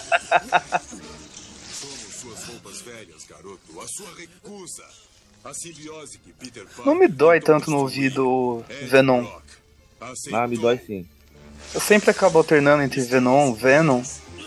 Somos suas roupas velhas, garoto. A sua recusa. A simbiose que Peter Parker... Não me dói tanto no ouvido o Venom. Ah, me dói sim. Eu sempre acabo alternando entre Venom e Venom.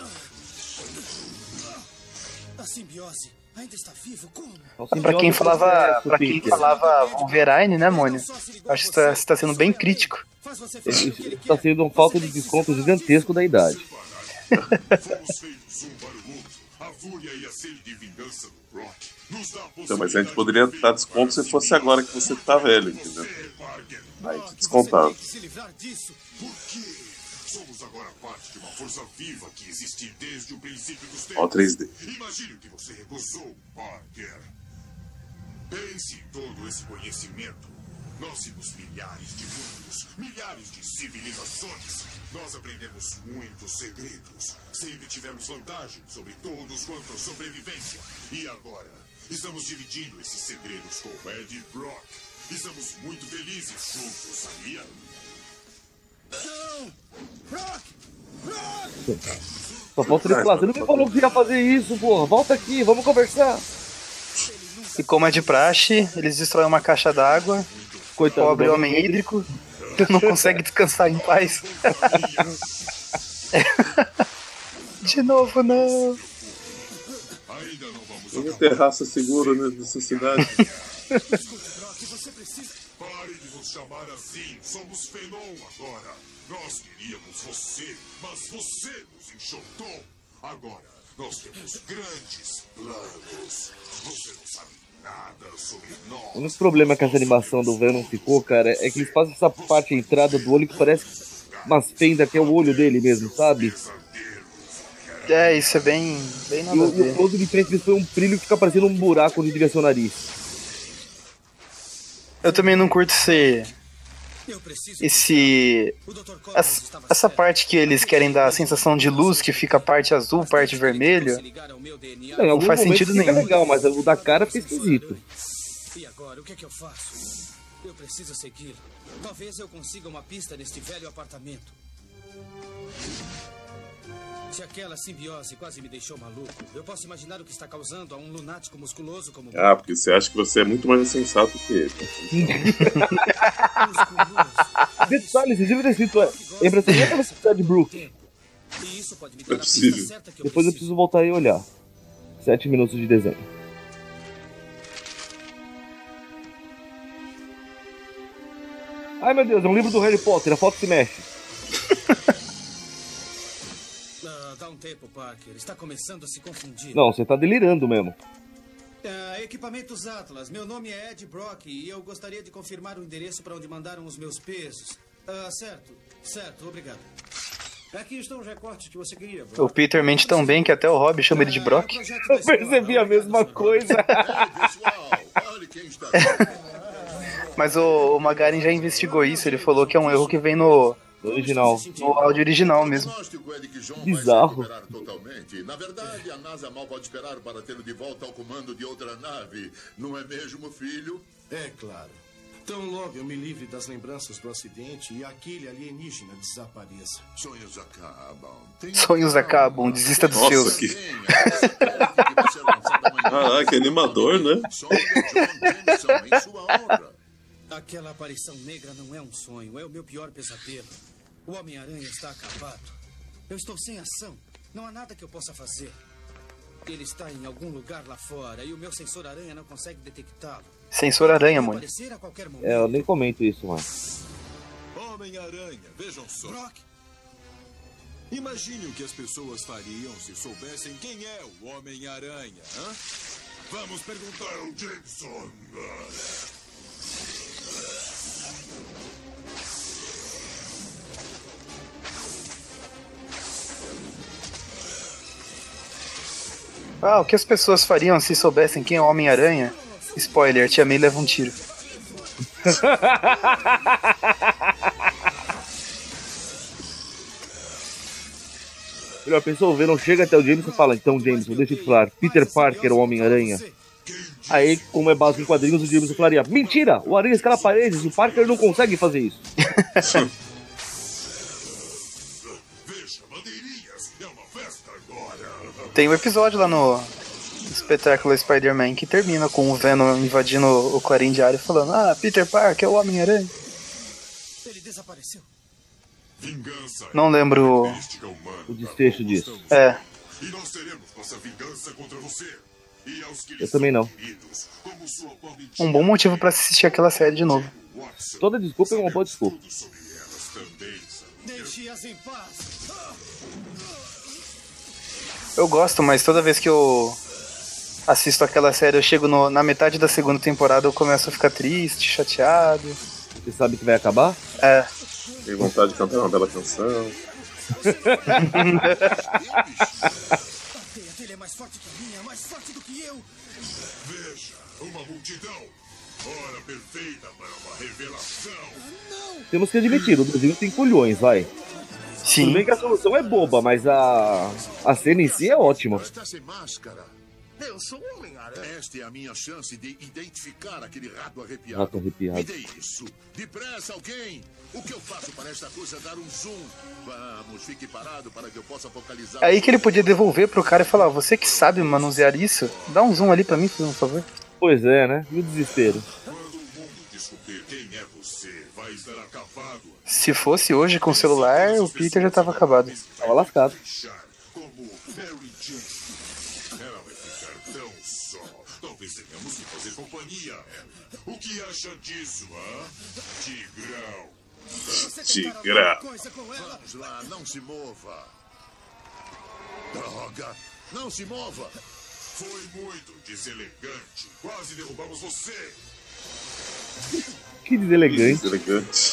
A simbiose ainda está vivo? Como? Pra quem falava Wolverine, né, Mônia? Acho que você tá sendo bem crítico. Está sendo um falta de desconto gigantesco da idade. Fomos feitos um para o outro. A fúria e a sede de vingança do Brock nos dá a Então, mas a gente poderia dar desconto se fosse agora que você tá velho, entendeu? Aí te descontava. Por quê? Somos agora parte de uma força viva que existe desde o princípio dos tempos. Ó, 3D. Imagine o que você recusou, Parker. Pense em todo esse conhecimento. Nós vimos milhares de mundos, milhares de civilizações. Nós aprendemos muitos segredos. Sempre tivemos vantagem sobre todos quanto à sobrevivência. E agora, estamos dividindo esses segredos com Ed Brock. Estamos muito felizes juntos, sabia? Não! Brock! Brock! Só falta ele falar, você não me falou que ia fazer isso, porra. Volta aqui, vamos conversar. E como é de praxe, eles destroem uma caixa d'água. Pobre homem hídrico. Não consegue descansar em paz. De novo, não. Uma terraça segura nessa cidade. Pare de nos chamar assim. Somos Venom agora. Nós queríamos você, mas você nos enxotou. Agora, nós temos grandes planos. Você não sabe nada sobre nós. O único problema que essa animação do Venom ficou, cara, é que eles fazem essa parte, a entrada do olho, que parece umas fendas que é o olho dele mesmo, sabe? É, isso é bem nada a ver. E o close de frente foi um brilho que fica parecendo um buraco onde devia ser o nariz. Eu também não curto essa parte que eles querem dar a sensação de luz, que fica parte azul, parte vermelha. Não faz sentido nenhum. É legal, mas o da cara fica esquisito. E agora, o que é que eu faço? Eu preciso segui-lo. Talvez eu consiga uma pista neste velho apartamento. Se aquela simbiose quase me deixou maluco, eu posso imaginar o que está causando a um lunático musculoso como... Ah, porque você acha que você é muito mais sensato que ele. Detalhe, vocês devem ter escrito, é impressionante a velocidade de Brook. É possível. Depois eu preciso voltar e olhar. 7 minutos de desenho. Ai meu Deus, é um livro do Harry Potter, a foto se mexe. Dá um tempo, Parker. Está começando a se confundir. Não, você tá delirando mesmo. Equipamentos Atlas. Meu nome é Ed Brock e eu gostaria de confirmar o endereço para onde mandaram os meus pesos. Certo, obrigado. Aqui estão os recortes que você queria, Brock. O Peter mente tão bem que até o Rob chama ele de Brock. Eu percebi a mesma coisa. Mas o Magaren já investigou isso, ele falou que é um erro que vem no Original. O áudio original mesmo. Bizarro. Totalmente. Na verdade, a NASA mal pode esperar para tê-lo de volta ao comando de outra nave. Não é mesmo, filho? É claro. Tão logo eu me livre das lembranças do acidente e aquele alienígena desapareça. Sonhos acabam. Sonhos acabam, desista dos seus. Que... Caraca, animador, né? Em sua honra. Aquela aparição negra não é um sonho, é o meu pior pesadelo. O Homem-Aranha está acabado. Eu estou sem ação. Não há nada que eu possa fazer. Ele está em algum lugar lá fora e o meu sensor aranha não consegue detectá-lo. Sensor aranha, mano. Eu nem comento isso, mano. Homem-Aranha, vejam só. Brock. Imagine o que as pessoas fariam se soubessem quem é o Homem-Aranha, hã? Vamos perguntar ao Jameson. O que as pessoas fariam se soubessem quem é o Homem-Aranha? Spoiler, Tia May leva um tiro. A pessoa vê, não chega até o Jameson e fala: então, Jameson, deixa eu te falar, Peter Parker, o Homem-Aranha. Aí, como é base em quadrinhos, o Jameson falaria: mentira, o Aranha escala paredes, o Parker não consegue fazer isso. Tem um episódio lá no espetáculo Spider-Man que termina com o Venom invadindo o Clarim Diário falando: Peter Parker é o Homem-Aranha. Ele desapareceu. Não lembro o desfecho disso. É. E nós teremos nossa vingança contra você. E aos que Eu também não. Um bom motivo pra assistir aquela série de novo. Toda desculpa é uma boa desculpa. Deixe-as em paz. Eu gosto, mas toda vez que eu assisto aquela série, eu chego na metade da segunda temporada, eu começo a ficar triste, chateado. Você sabe que vai acabar? É. Tem vontade de cantar uma bela canção. Ele é mais forte que a minha, mais forte do que eu. Veja, uma multidão. Hora perfeita para uma revelação. Temos que admitir, o Brasil tem colhões, vai. Sim. Tudo bem que a solução é boba, mas a cena em si é ótima. Está sem máscara. Eu sou o Homem-Aranha. Esta é a minha chance de identificar aquele rato arrepiado. Rato arrepiado. Me dê isso. Depressa, alguém. O que eu faço para esta coisa dar um zoom? Vamos, fique parado para que eu possa focalizar. Aí que ele podia devolver pro cara e falar: você que sabe manusear isso, dá um zoom ali pra mim, por favor. Pois é, né? E o desespero. Quando o mundo descobrir quem é você, vai estar acabado. Se fosse hoje com o celular, o Peter já tava acabado. Tava lascado. Como Mary Jane. Ela vai ficar tão só. Talvez tenhamos que fazer companhia. O que acha disso, Tigrão? Tigrão. Vamos lá, não se mova. Droga, não se mova. Foi muito deselegante. Quase derrubamos você. Que deselegante. Deselegante.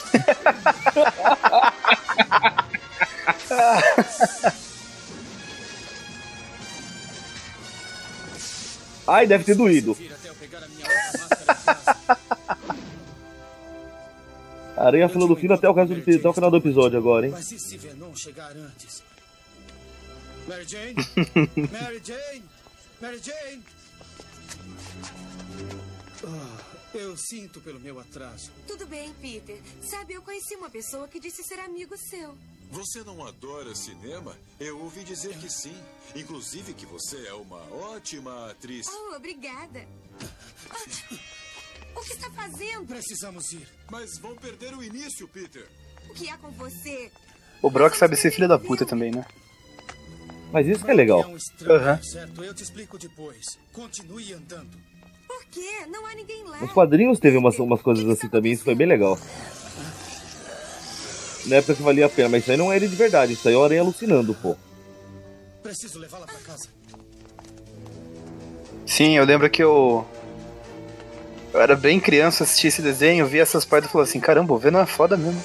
Ai, deve ter doído. A Aranha falando fino até o final do episódio agora, hein? Mas e se Venom chegar antes? Mary Jane? Mary Jane? Mary Jane? Eu sinto pelo meu atraso. Tudo bem, Peter. Sabe, eu conheci uma pessoa que disse ser amigo seu. Você não adora cinema? Eu ouvi dizer que sim. Inclusive que você é uma ótima atriz. Oh, obrigada. O que está fazendo? Precisamos ir. Mas vão perder o início, Peter. O que há com você? O Brock sabe ser filho da puta também, né? Mas isso que é legal. Uhum. Certo, eu te explico depois. Continue andando. Por quê? Não há ninguém lá. Nos quadrinhos teve umas coisas assim também, isso foi bem legal. Na época que valia a pena, mas isso aí não é ele de verdade, isso aí é o Aranha alucinando, pô. Preciso levá-la pra casa. Sim, eu lembro que eu era bem criança, assisti esse desenho, vi essas partes e falei assim: caramba, o Venom é foda mesmo.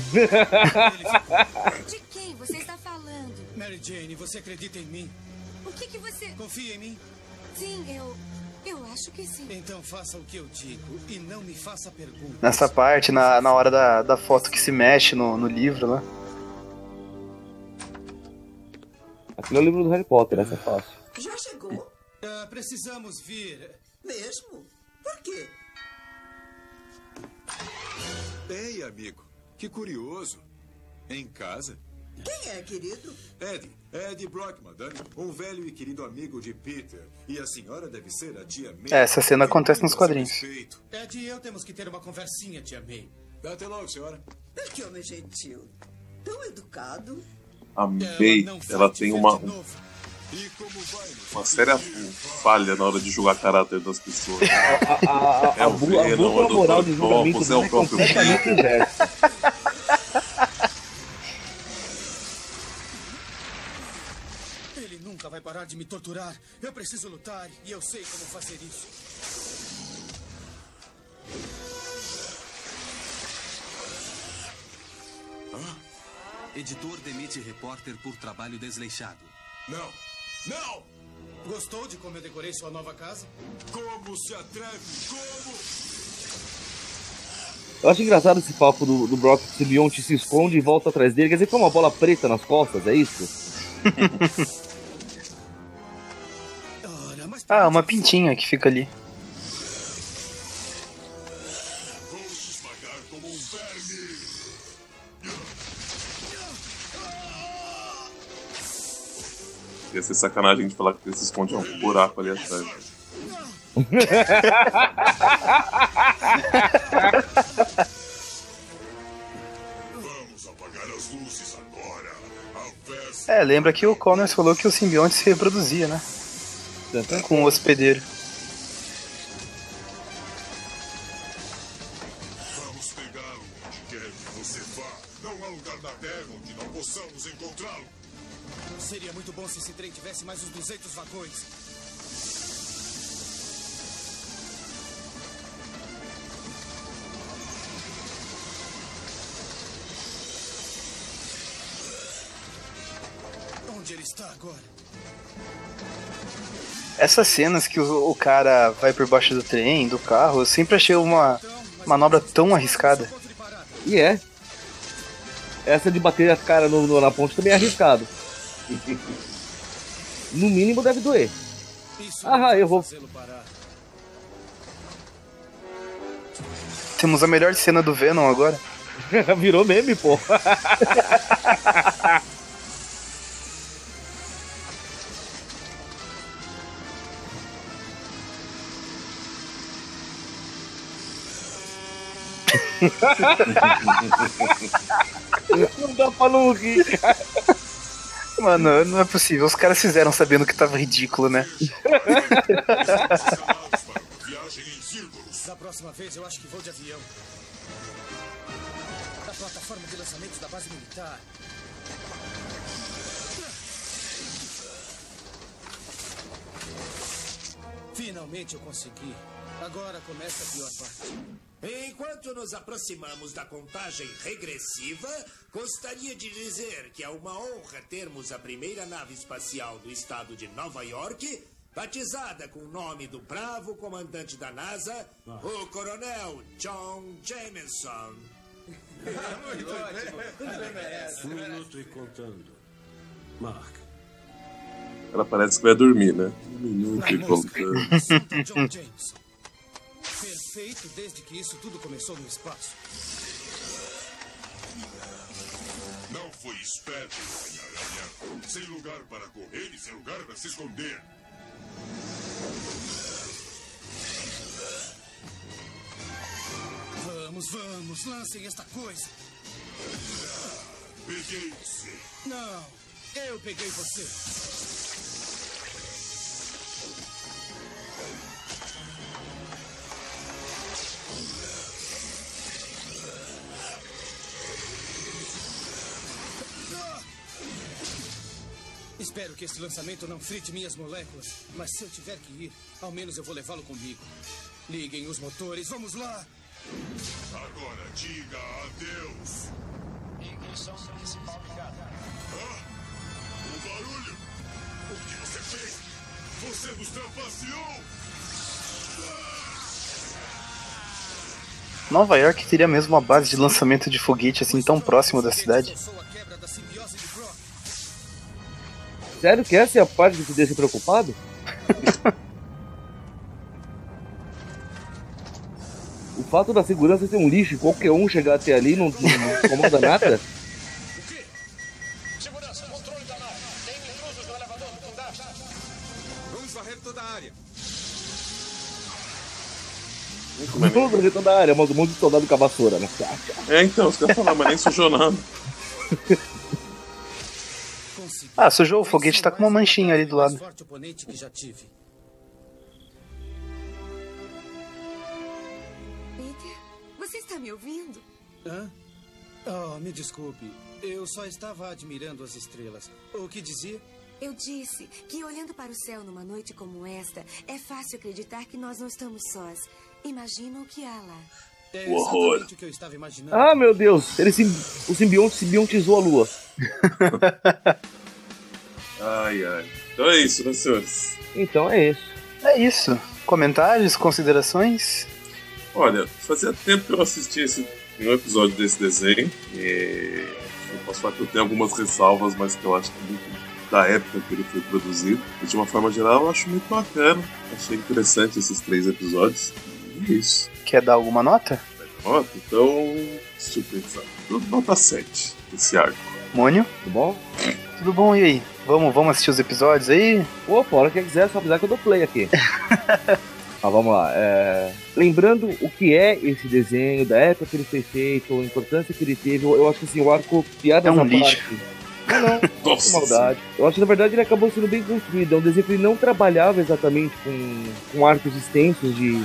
De quem você está falando? Mary Jane, você acredita em mim? O que você... Confia em mim? Sim, eu... Eu acho que sim. Então faça o que eu digo e não me faça perguntas. Nessa parte, na hora da foto que se mexe no livro lá. Aquilo é o livro do Harry Potter, essa é fácil. Já chegou? Precisamos vir. Mesmo? Por quê? Ei, amigo. Que curioso. Em casa? Quem é, querido? Ed Brockman, um velho e querido amigo de Peter. E a senhora deve ser a tia May. Essa cena acontece nos quadrinhos. Ed e eu temos que ter uma conversinha, tia May. Até logo, senhora. Que homem gentil. Tão educado. A May, ela tem uma séria falha na hora de julgar caráter das pessoas. É o Venom, é o Dr. Octopus, é o próprio Peter. Ele nunca vai parar de me torturar. Eu preciso lutar e eu sei como fazer isso. Editor demite repórter por trabalho desleixado. Não! Não! Gostou de como eu decorei sua nova casa? Como se atreve? Como? Eu acho engraçado esse papo do Brock, que o simbionte se esconde e volta atrás dele. Quer dizer que é uma bola preta nas costas, é isso? Uma pintinha que fica ali. Ia ser sacanagem de falar que se esconde um buraco ali atrás. Vamos apagar as luzes agora. Lembra que o Connors falou que o simbionte se reproduzia, né? Com o hospedeiro. Vamos pegá-lo onde quer que você vá. Não há lugar na Terra onde não possamos encontrá-lo. Seria muito bom se esse trem tivesse mais uns 200 vagões. Onde ele está agora? Essas cenas que o cara vai por baixo do trem, do carro, eu sempre achei uma manobra tão arriscada. E é. Essa de bater a cara na ponte também é arriscado. No mínimo deve doer. Eu vou. Temos a melhor cena do Venom agora. Virou meme, pô. Não dá pra não rir, cara. Mano, não é possível. Os caras fizeram sabendo que tava ridículo, né? Da próxima vez eu acho que vou de avião. Da plataforma de lançamento da base militar. Finalmente eu consegui. Agora começa a pior parte. Enquanto nos aproximamos da contagem regressiva, gostaria de dizer que é uma honra termos a primeira nave espacial do estado de Nova York, batizada com o nome do bravo comandante da NASA, o Coronel John Jameson. Um minuto e contando. Mark. Ela parece que vai dormir, né? Um minuto e contando. John Jameson. Perfeito desde que isso tudo começou no espaço. Não foi esperto, Homem-Aranha. Sem lugar para correr e sem lugar para se esconder. Vamos, lancem esta coisa. Peguei você. Não, eu peguei você. Espero que esse lançamento não frite minhas moléculas, mas se eu tiver que ir, ao menos eu vou levá-lo comigo. Liguem os motores, vamos lá! Agora diga adeus. Ignição principal ligada. O barulho! O que você fez? Você nos trapaceou! Nova York teria mesmo uma base de lançamento de foguete assim tão próximo da cidade? Sério que essa é a parte que te deixa preocupado? O fato da segurança ser um lixo e qualquer um chegar até ali não incomoda nada? Segurança, controle da nave. Tem intrusos no elevador do Kundast. Vamos varrer toda a área. Não tô varrer toda a área, mas um monte de soldado com a vassoura, né? Então, os caras falaram, mas nem sujou nada. Ah, sujou, o foguete tá com uma manchinha ali do lado. Você está me ouvindo? Hã? Oh, me desculpe. Eu só estava admirando as estrelas. O que dizia? Eu disse que olhando para o céu numa noite como esta, é fácil acreditar que nós não estamos sós. Imagina o que há lá. É exatamente o que eu estava imaginando. Ah, meu Deus! O simbionte simbiontizou a lua. Ai, ai. Então é isso, né, senhores? Então é isso. É isso. Comentários, considerações? Olha, fazia tempo que eu assisti um episódio desse desenho. E eu posso falar que eu tenho algumas ressalvas, mas que eu acho que é muito da época que ele foi produzido. E de uma forma geral, eu acho muito bacana. Achei interessante esses 3 episódios. E é isso. Quer dar alguma nota? Nota? Então, deixa eu pensar. Nota 7, esse arco. Mônio? Tudo bom? Tudo bom, e aí? Vamos assistir os episódios aí? Opa, a hora que quiser, só avisar que eu dou play aqui. Vamos lá. Lembrando o que é esse desenho, da época que ele foi feito, a importância que ele teve, eu acho que assim, o arco piada é um lixo. Não, Nossa, maldade. Eu acho que na verdade ele acabou sendo bem construído. É um desenho que ele não trabalhava exatamente com arcos extensos de.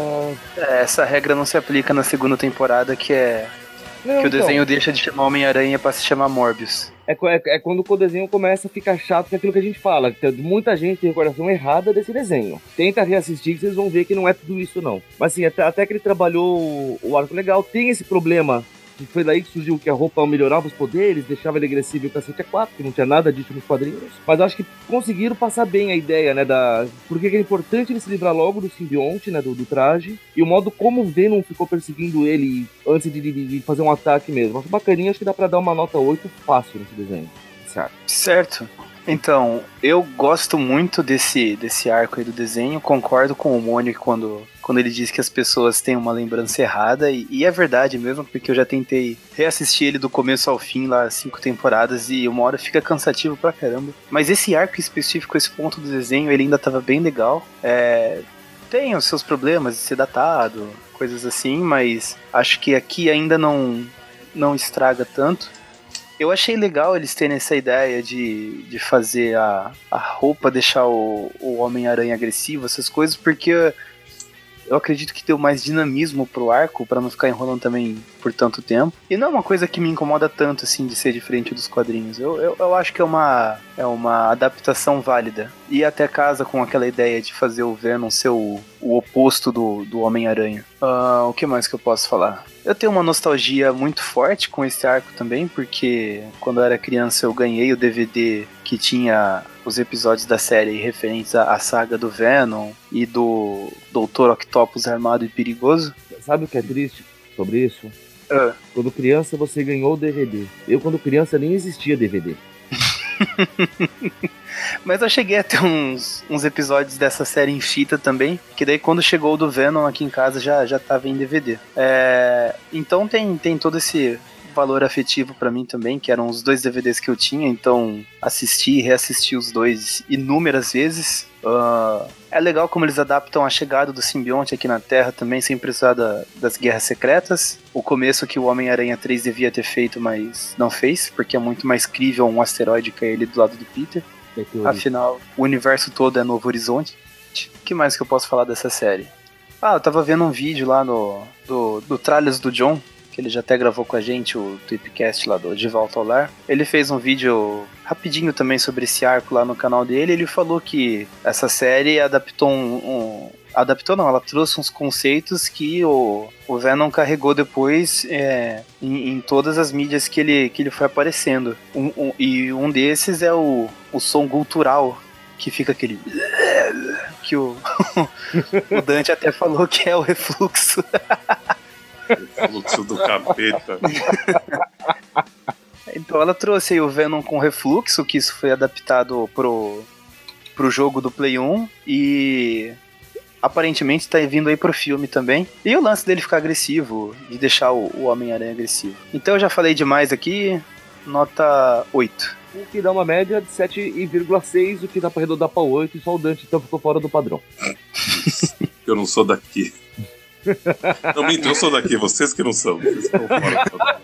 Essa regra não se aplica na segunda temporada, que é. Não, que o desenho deixa de chamar Homem-Aranha pra se chamar Morbius. É quando o desenho começa a ficar chato, que é aquilo que a gente fala. Que muita gente tem recordação errada desse desenho. Tenta reassistir que vocês vão ver que não é tudo isso, não. Mas assim, até que ele trabalhou o arco legal, tem esse problema. Que foi daí que surgiu que a roupa melhorava os poderes, deixava ele agressivo e o cacete é 4, que não tinha nada disso nos quadrinhos. Mas eu acho que conseguiram passar bem a ideia, né, porque é importante ele se livrar logo do simbionte, né, do traje, e o modo como o Venom ficou perseguindo ele antes de fazer um ataque mesmo. Acho bacaninha, acho que dá pra dar uma nota 8 fácil nesse desenho. Certo. Então, eu gosto muito desse arco aí do desenho, concordo com o Mônio quando ele diz que as pessoas têm uma lembrança errada, e é verdade mesmo, porque eu já tentei reassistir ele do começo ao fim, lá 5 temporadas, e uma hora fica cansativo pra caramba. Mas esse arco específico, esse ponto do desenho, ele ainda tava bem legal. Tem os seus problemas de ser datado, coisas assim, mas acho que aqui ainda não estraga tanto. Eu achei legal eles terem essa ideia de fazer a roupa deixar o Homem-Aranha agressivo, essas coisas, porque eu acredito que deu mais dinamismo pro arco, pra não ficar enrolando também por tanto tempo. E não é uma coisa que me incomoda tanto, assim, de ser diferente dos quadrinhos. Eu acho que é uma adaptação válida. E até casa com aquela ideia de fazer o Venom ser o oposto do Homem-Aranha. O que mais que eu posso falar? Eu tenho uma nostalgia muito forte com esse arco também, porque quando eu era criança eu ganhei o DVD que tinha os episódios da série referentes à saga do Venom e do Dr. Octopus armado e perigoso. Sabe o que é triste sobre isso? Quando criança você ganhou o DVD. Eu quando criança nem existia DVD. Mas eu cheguei a ter uns episódios dessa série em fita também, que daí quando chegou o do Venom aqui em casa já tava em DVD. Então tem todo esse valor afetivo pra mim também, que eram os 2 DVDs que eu tinha, então assisti e reassisti os 2 inúmeras vezes. É legal como eles adaptam a chegada do simbionte aqui na Terra também, sem precisar das guerras secretas. O começo que o Homem-Aranha 3 devia ter feito, mas não fez, porque é muito mais crível um asteroide cair ali do lado do Peter. Afinal, o universo todo é Novo Horizonte. O que mais que eu posso falar dessa série? Eu tava vendo um vídeo lá do Tralhas do John, que ele já até gravou com a gente, o Tweepcast lá do De Volta ao Lar. Ele fez um vídeo rapidinho também sobre esse arco lá no canal dele. Ele falou que essa série adaptou ela trouxe uns conceitos que o Venom carregou depois em todas as mídias que ele foi aparecendo. E um desses é o som gutural, que fica aquele... que o Dante até falou que é o refluxo. Refluxo do capeta. Então ela trouxe aí o Venom com refluxo, que isso foi adaptado pro jogo do Play 1 e aparentemente tá vindo aí pro filme também. E o lance dele ficar agressivo, de deixar o Homem-Aranha agressivo. Então eu já falei demais aqui, nota 8. O que dá uma média de 7,6, o que dá pra arredondar pra 8, e só o Dante então ficou fora do padrão. Eu não sou daqui. Não, minto, eu sou daqui, vocês que não são. Vocês estão fora do padrão.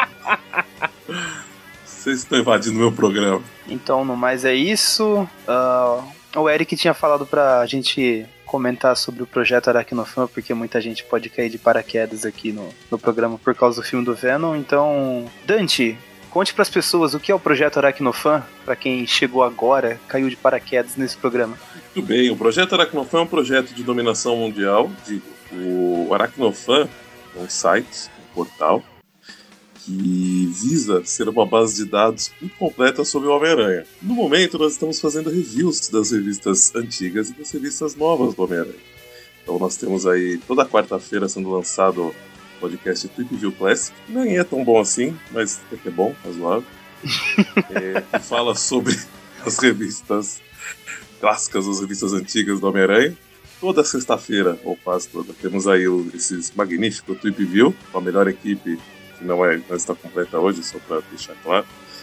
Vocês estão invadindo meu programa. Então, no mais é isso. O Eric tinha falado pra gente comentar sobre o projeto Aracnofan, porque muita gente pode cair de paraquedas aqui no programa por causa do filme do Venom. Então, Dante, conte pras pessoas o que é o projeto Aracnofan, pra quem chegou agora, caiu de paraquedas nesse programa. Muito bem, o projeto Aracnofan é um projeto de dominação mundial. O Aracnofan é um site, um portal, que visa ser uma base de dados muito completa sobre o Homem-Aranha. No momento, nós estamos fazendo reviews das revistas antigas e das revistas novas do Homem-Aranha. Então nós temos aí, toda quarta-feira sendo lançado o podcast Trip View Classic. Nem é tão bom assim, mas até que é bom, razoável. Que fala sobre as revistas clássicas, as revistas antigas do Homem-Aranha. Toda sexta-feira, ou quase toda, temos aí esses magníficos Trip View, com a melhor equipe, que não está completa hoje, só para deixar claro,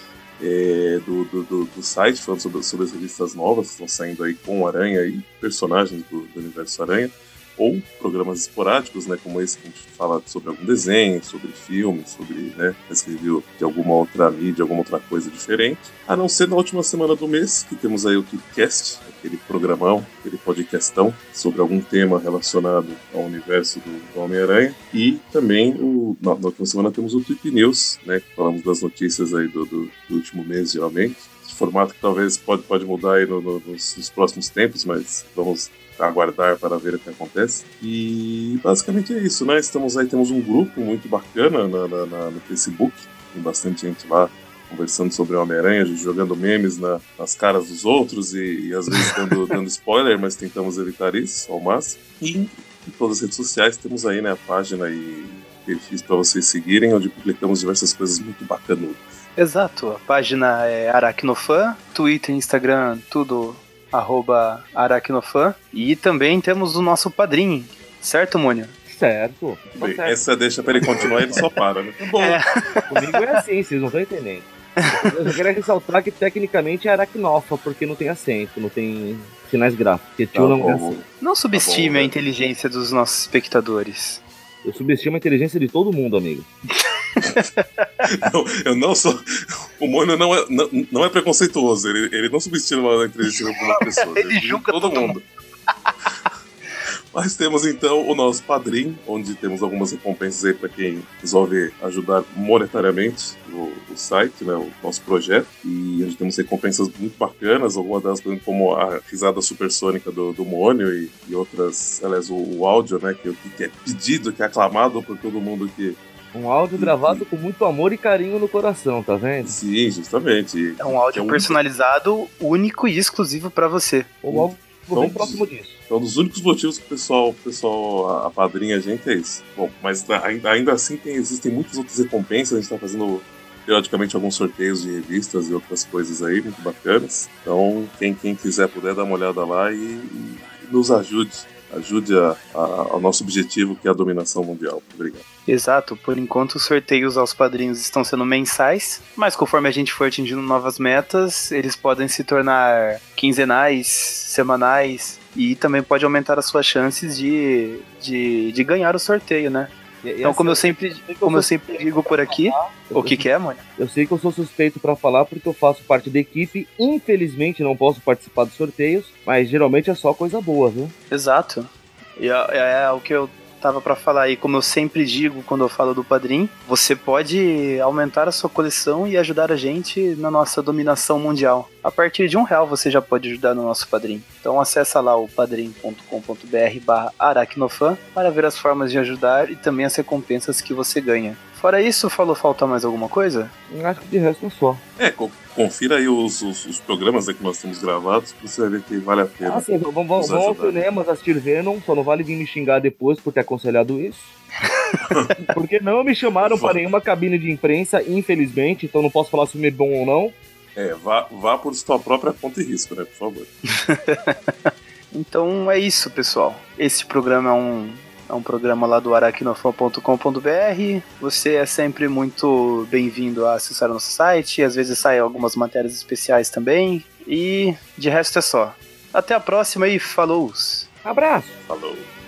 do site, falando sobre as revistas novas que estão saindo aí com Aranha e personagens do universo Aranha, ou programas esporádicos, né, como esse que a gente fala sobre algum desenho, sobre filme, sobre, né, esse review de alguma outra mídia, alguma outra coisa diferente. A não ser na última semana do mês, que temos aí o Tripcast, aquele programão, aquele podcastão sobre algum tema relacionado ao universo do Homem-Aranha. E também, na última semana, temos o Trip News, né, que falamos das notícias aí do último mês, geralmente. Esse formato que talvez pode mudar aí nos próximos tempos, mas vamos aguardar para ver o que acontece. E basicamente é isso, né? Temos um grupo muito bacana no Facebook, tem bastante gente lá conversando sobre o Homem-Aranha, jogando memes nas caras dos outros e às vezes dando spoiler, mas tentamos evitar isso ao máximo. E em todas as redes sociais temos aí, né, a página e perfis para vocês seguirem, onde publicamos diversas coisas muito bacanudas. Exato, a página é Aracnofan, Twitter, Instagram, tudo @Aracnofan. E também temos o nosso padrinho, certo, Mônio? Certo. Bem, essa deixa pra ele continuar e ele só para, né? Bom, comigo é assim, vocês não estão entendendo. Eu queria ressaltar que tecnicamente é Aracnofa, porque não tem acento, não tem sinais gráficos. Porque tio não é assim. Não subestime a inteligência dos nossos espectadores. Eu subestimo a inteligência de todo mundo, amigo. Não, eu não sou. O Mônio não é preconceituoso, ele não subestima a inteligência de algumas pessoas. Ele julga todo mundo. Mas temos então o nosso padrinho, onde temos algumas recompensas aí para quem resolve ajudar monetariamente o site, né, o nosso projeto. E onde temos recompensas muito bacanas, algumas delas como a risada supersônica do Mônio e outras, aliás, o áudio, né, que é pedido, que é aclamado por todo mundo que. Um áudio gravado com muito amor e carinho no coração, tá vendo? Sim, justamente. É um áudio personalizado, único e exclusivo para você. O áudio bem próximo disso. Então, um dos únicos motivos que o pessoal apadrinha a gente é isso. Bom, mas ainda assim existem muitas outras recompensas. A gente tá fazendo periodicamente alguns sorteios de revistas e outras coisas aí, muito bacanas. Então, quem quiser puder dar uma olhada lá e nos ajude ao nosso objetivo, que é a dominação mundial. Obrigado. Exato, por enquanto os sorteios aos padrinhos estão sendo mensais, mas conforme a gente for atingindo novas metas, eles podem se tornar quinzenais, semanais, e também pode aumentar as suas chances de ganhar o sorteio, né? Então, como eu sempre digo por aqui, o que é, mano? Eu sei que eu sou suspeito pra falar porque eu faço parte da equipe. Infelizmente não posso participar dos sorteios, mas geralmente é só coisa boa, viu? Exato. E é o que eu tava pra falar aí, como eu sempre digo quando eu falo do padrinho, você pode aumentar a sua coleção e ajudar a gente na nossa dominação mundial. A partir de R$1 você já pode ajudar no nosso padrinho. Então acessa lá o padrim.com.br/aracnofan para ver as formas de ajudar e também as recompensas que você ganha. Fora isso, falta mais alguma coisa? Acho que de resto é só. Confira aí os programas que nós temos gravados, pra você ver que vale a pena. Sim, vamos aos cinemas assistir Venom, só não vale vir me xingar depois por ter aconselhado isso. Porque não me chamaram para nenhuma cabine de imprensa, infelizmente, então não posso falar se o filme é bom ou não. Vá por sua própria conta e risco, né, por favor. Então é isso, pessoal. Esse programa é um programa lá do aracnofan.com.br. Você é sempre muito bem-vindo a acessar o nosso site. Às vezes saem algumas matérias especiais também. E de resto é só. Até a próxima e falou! Abraço! Falou!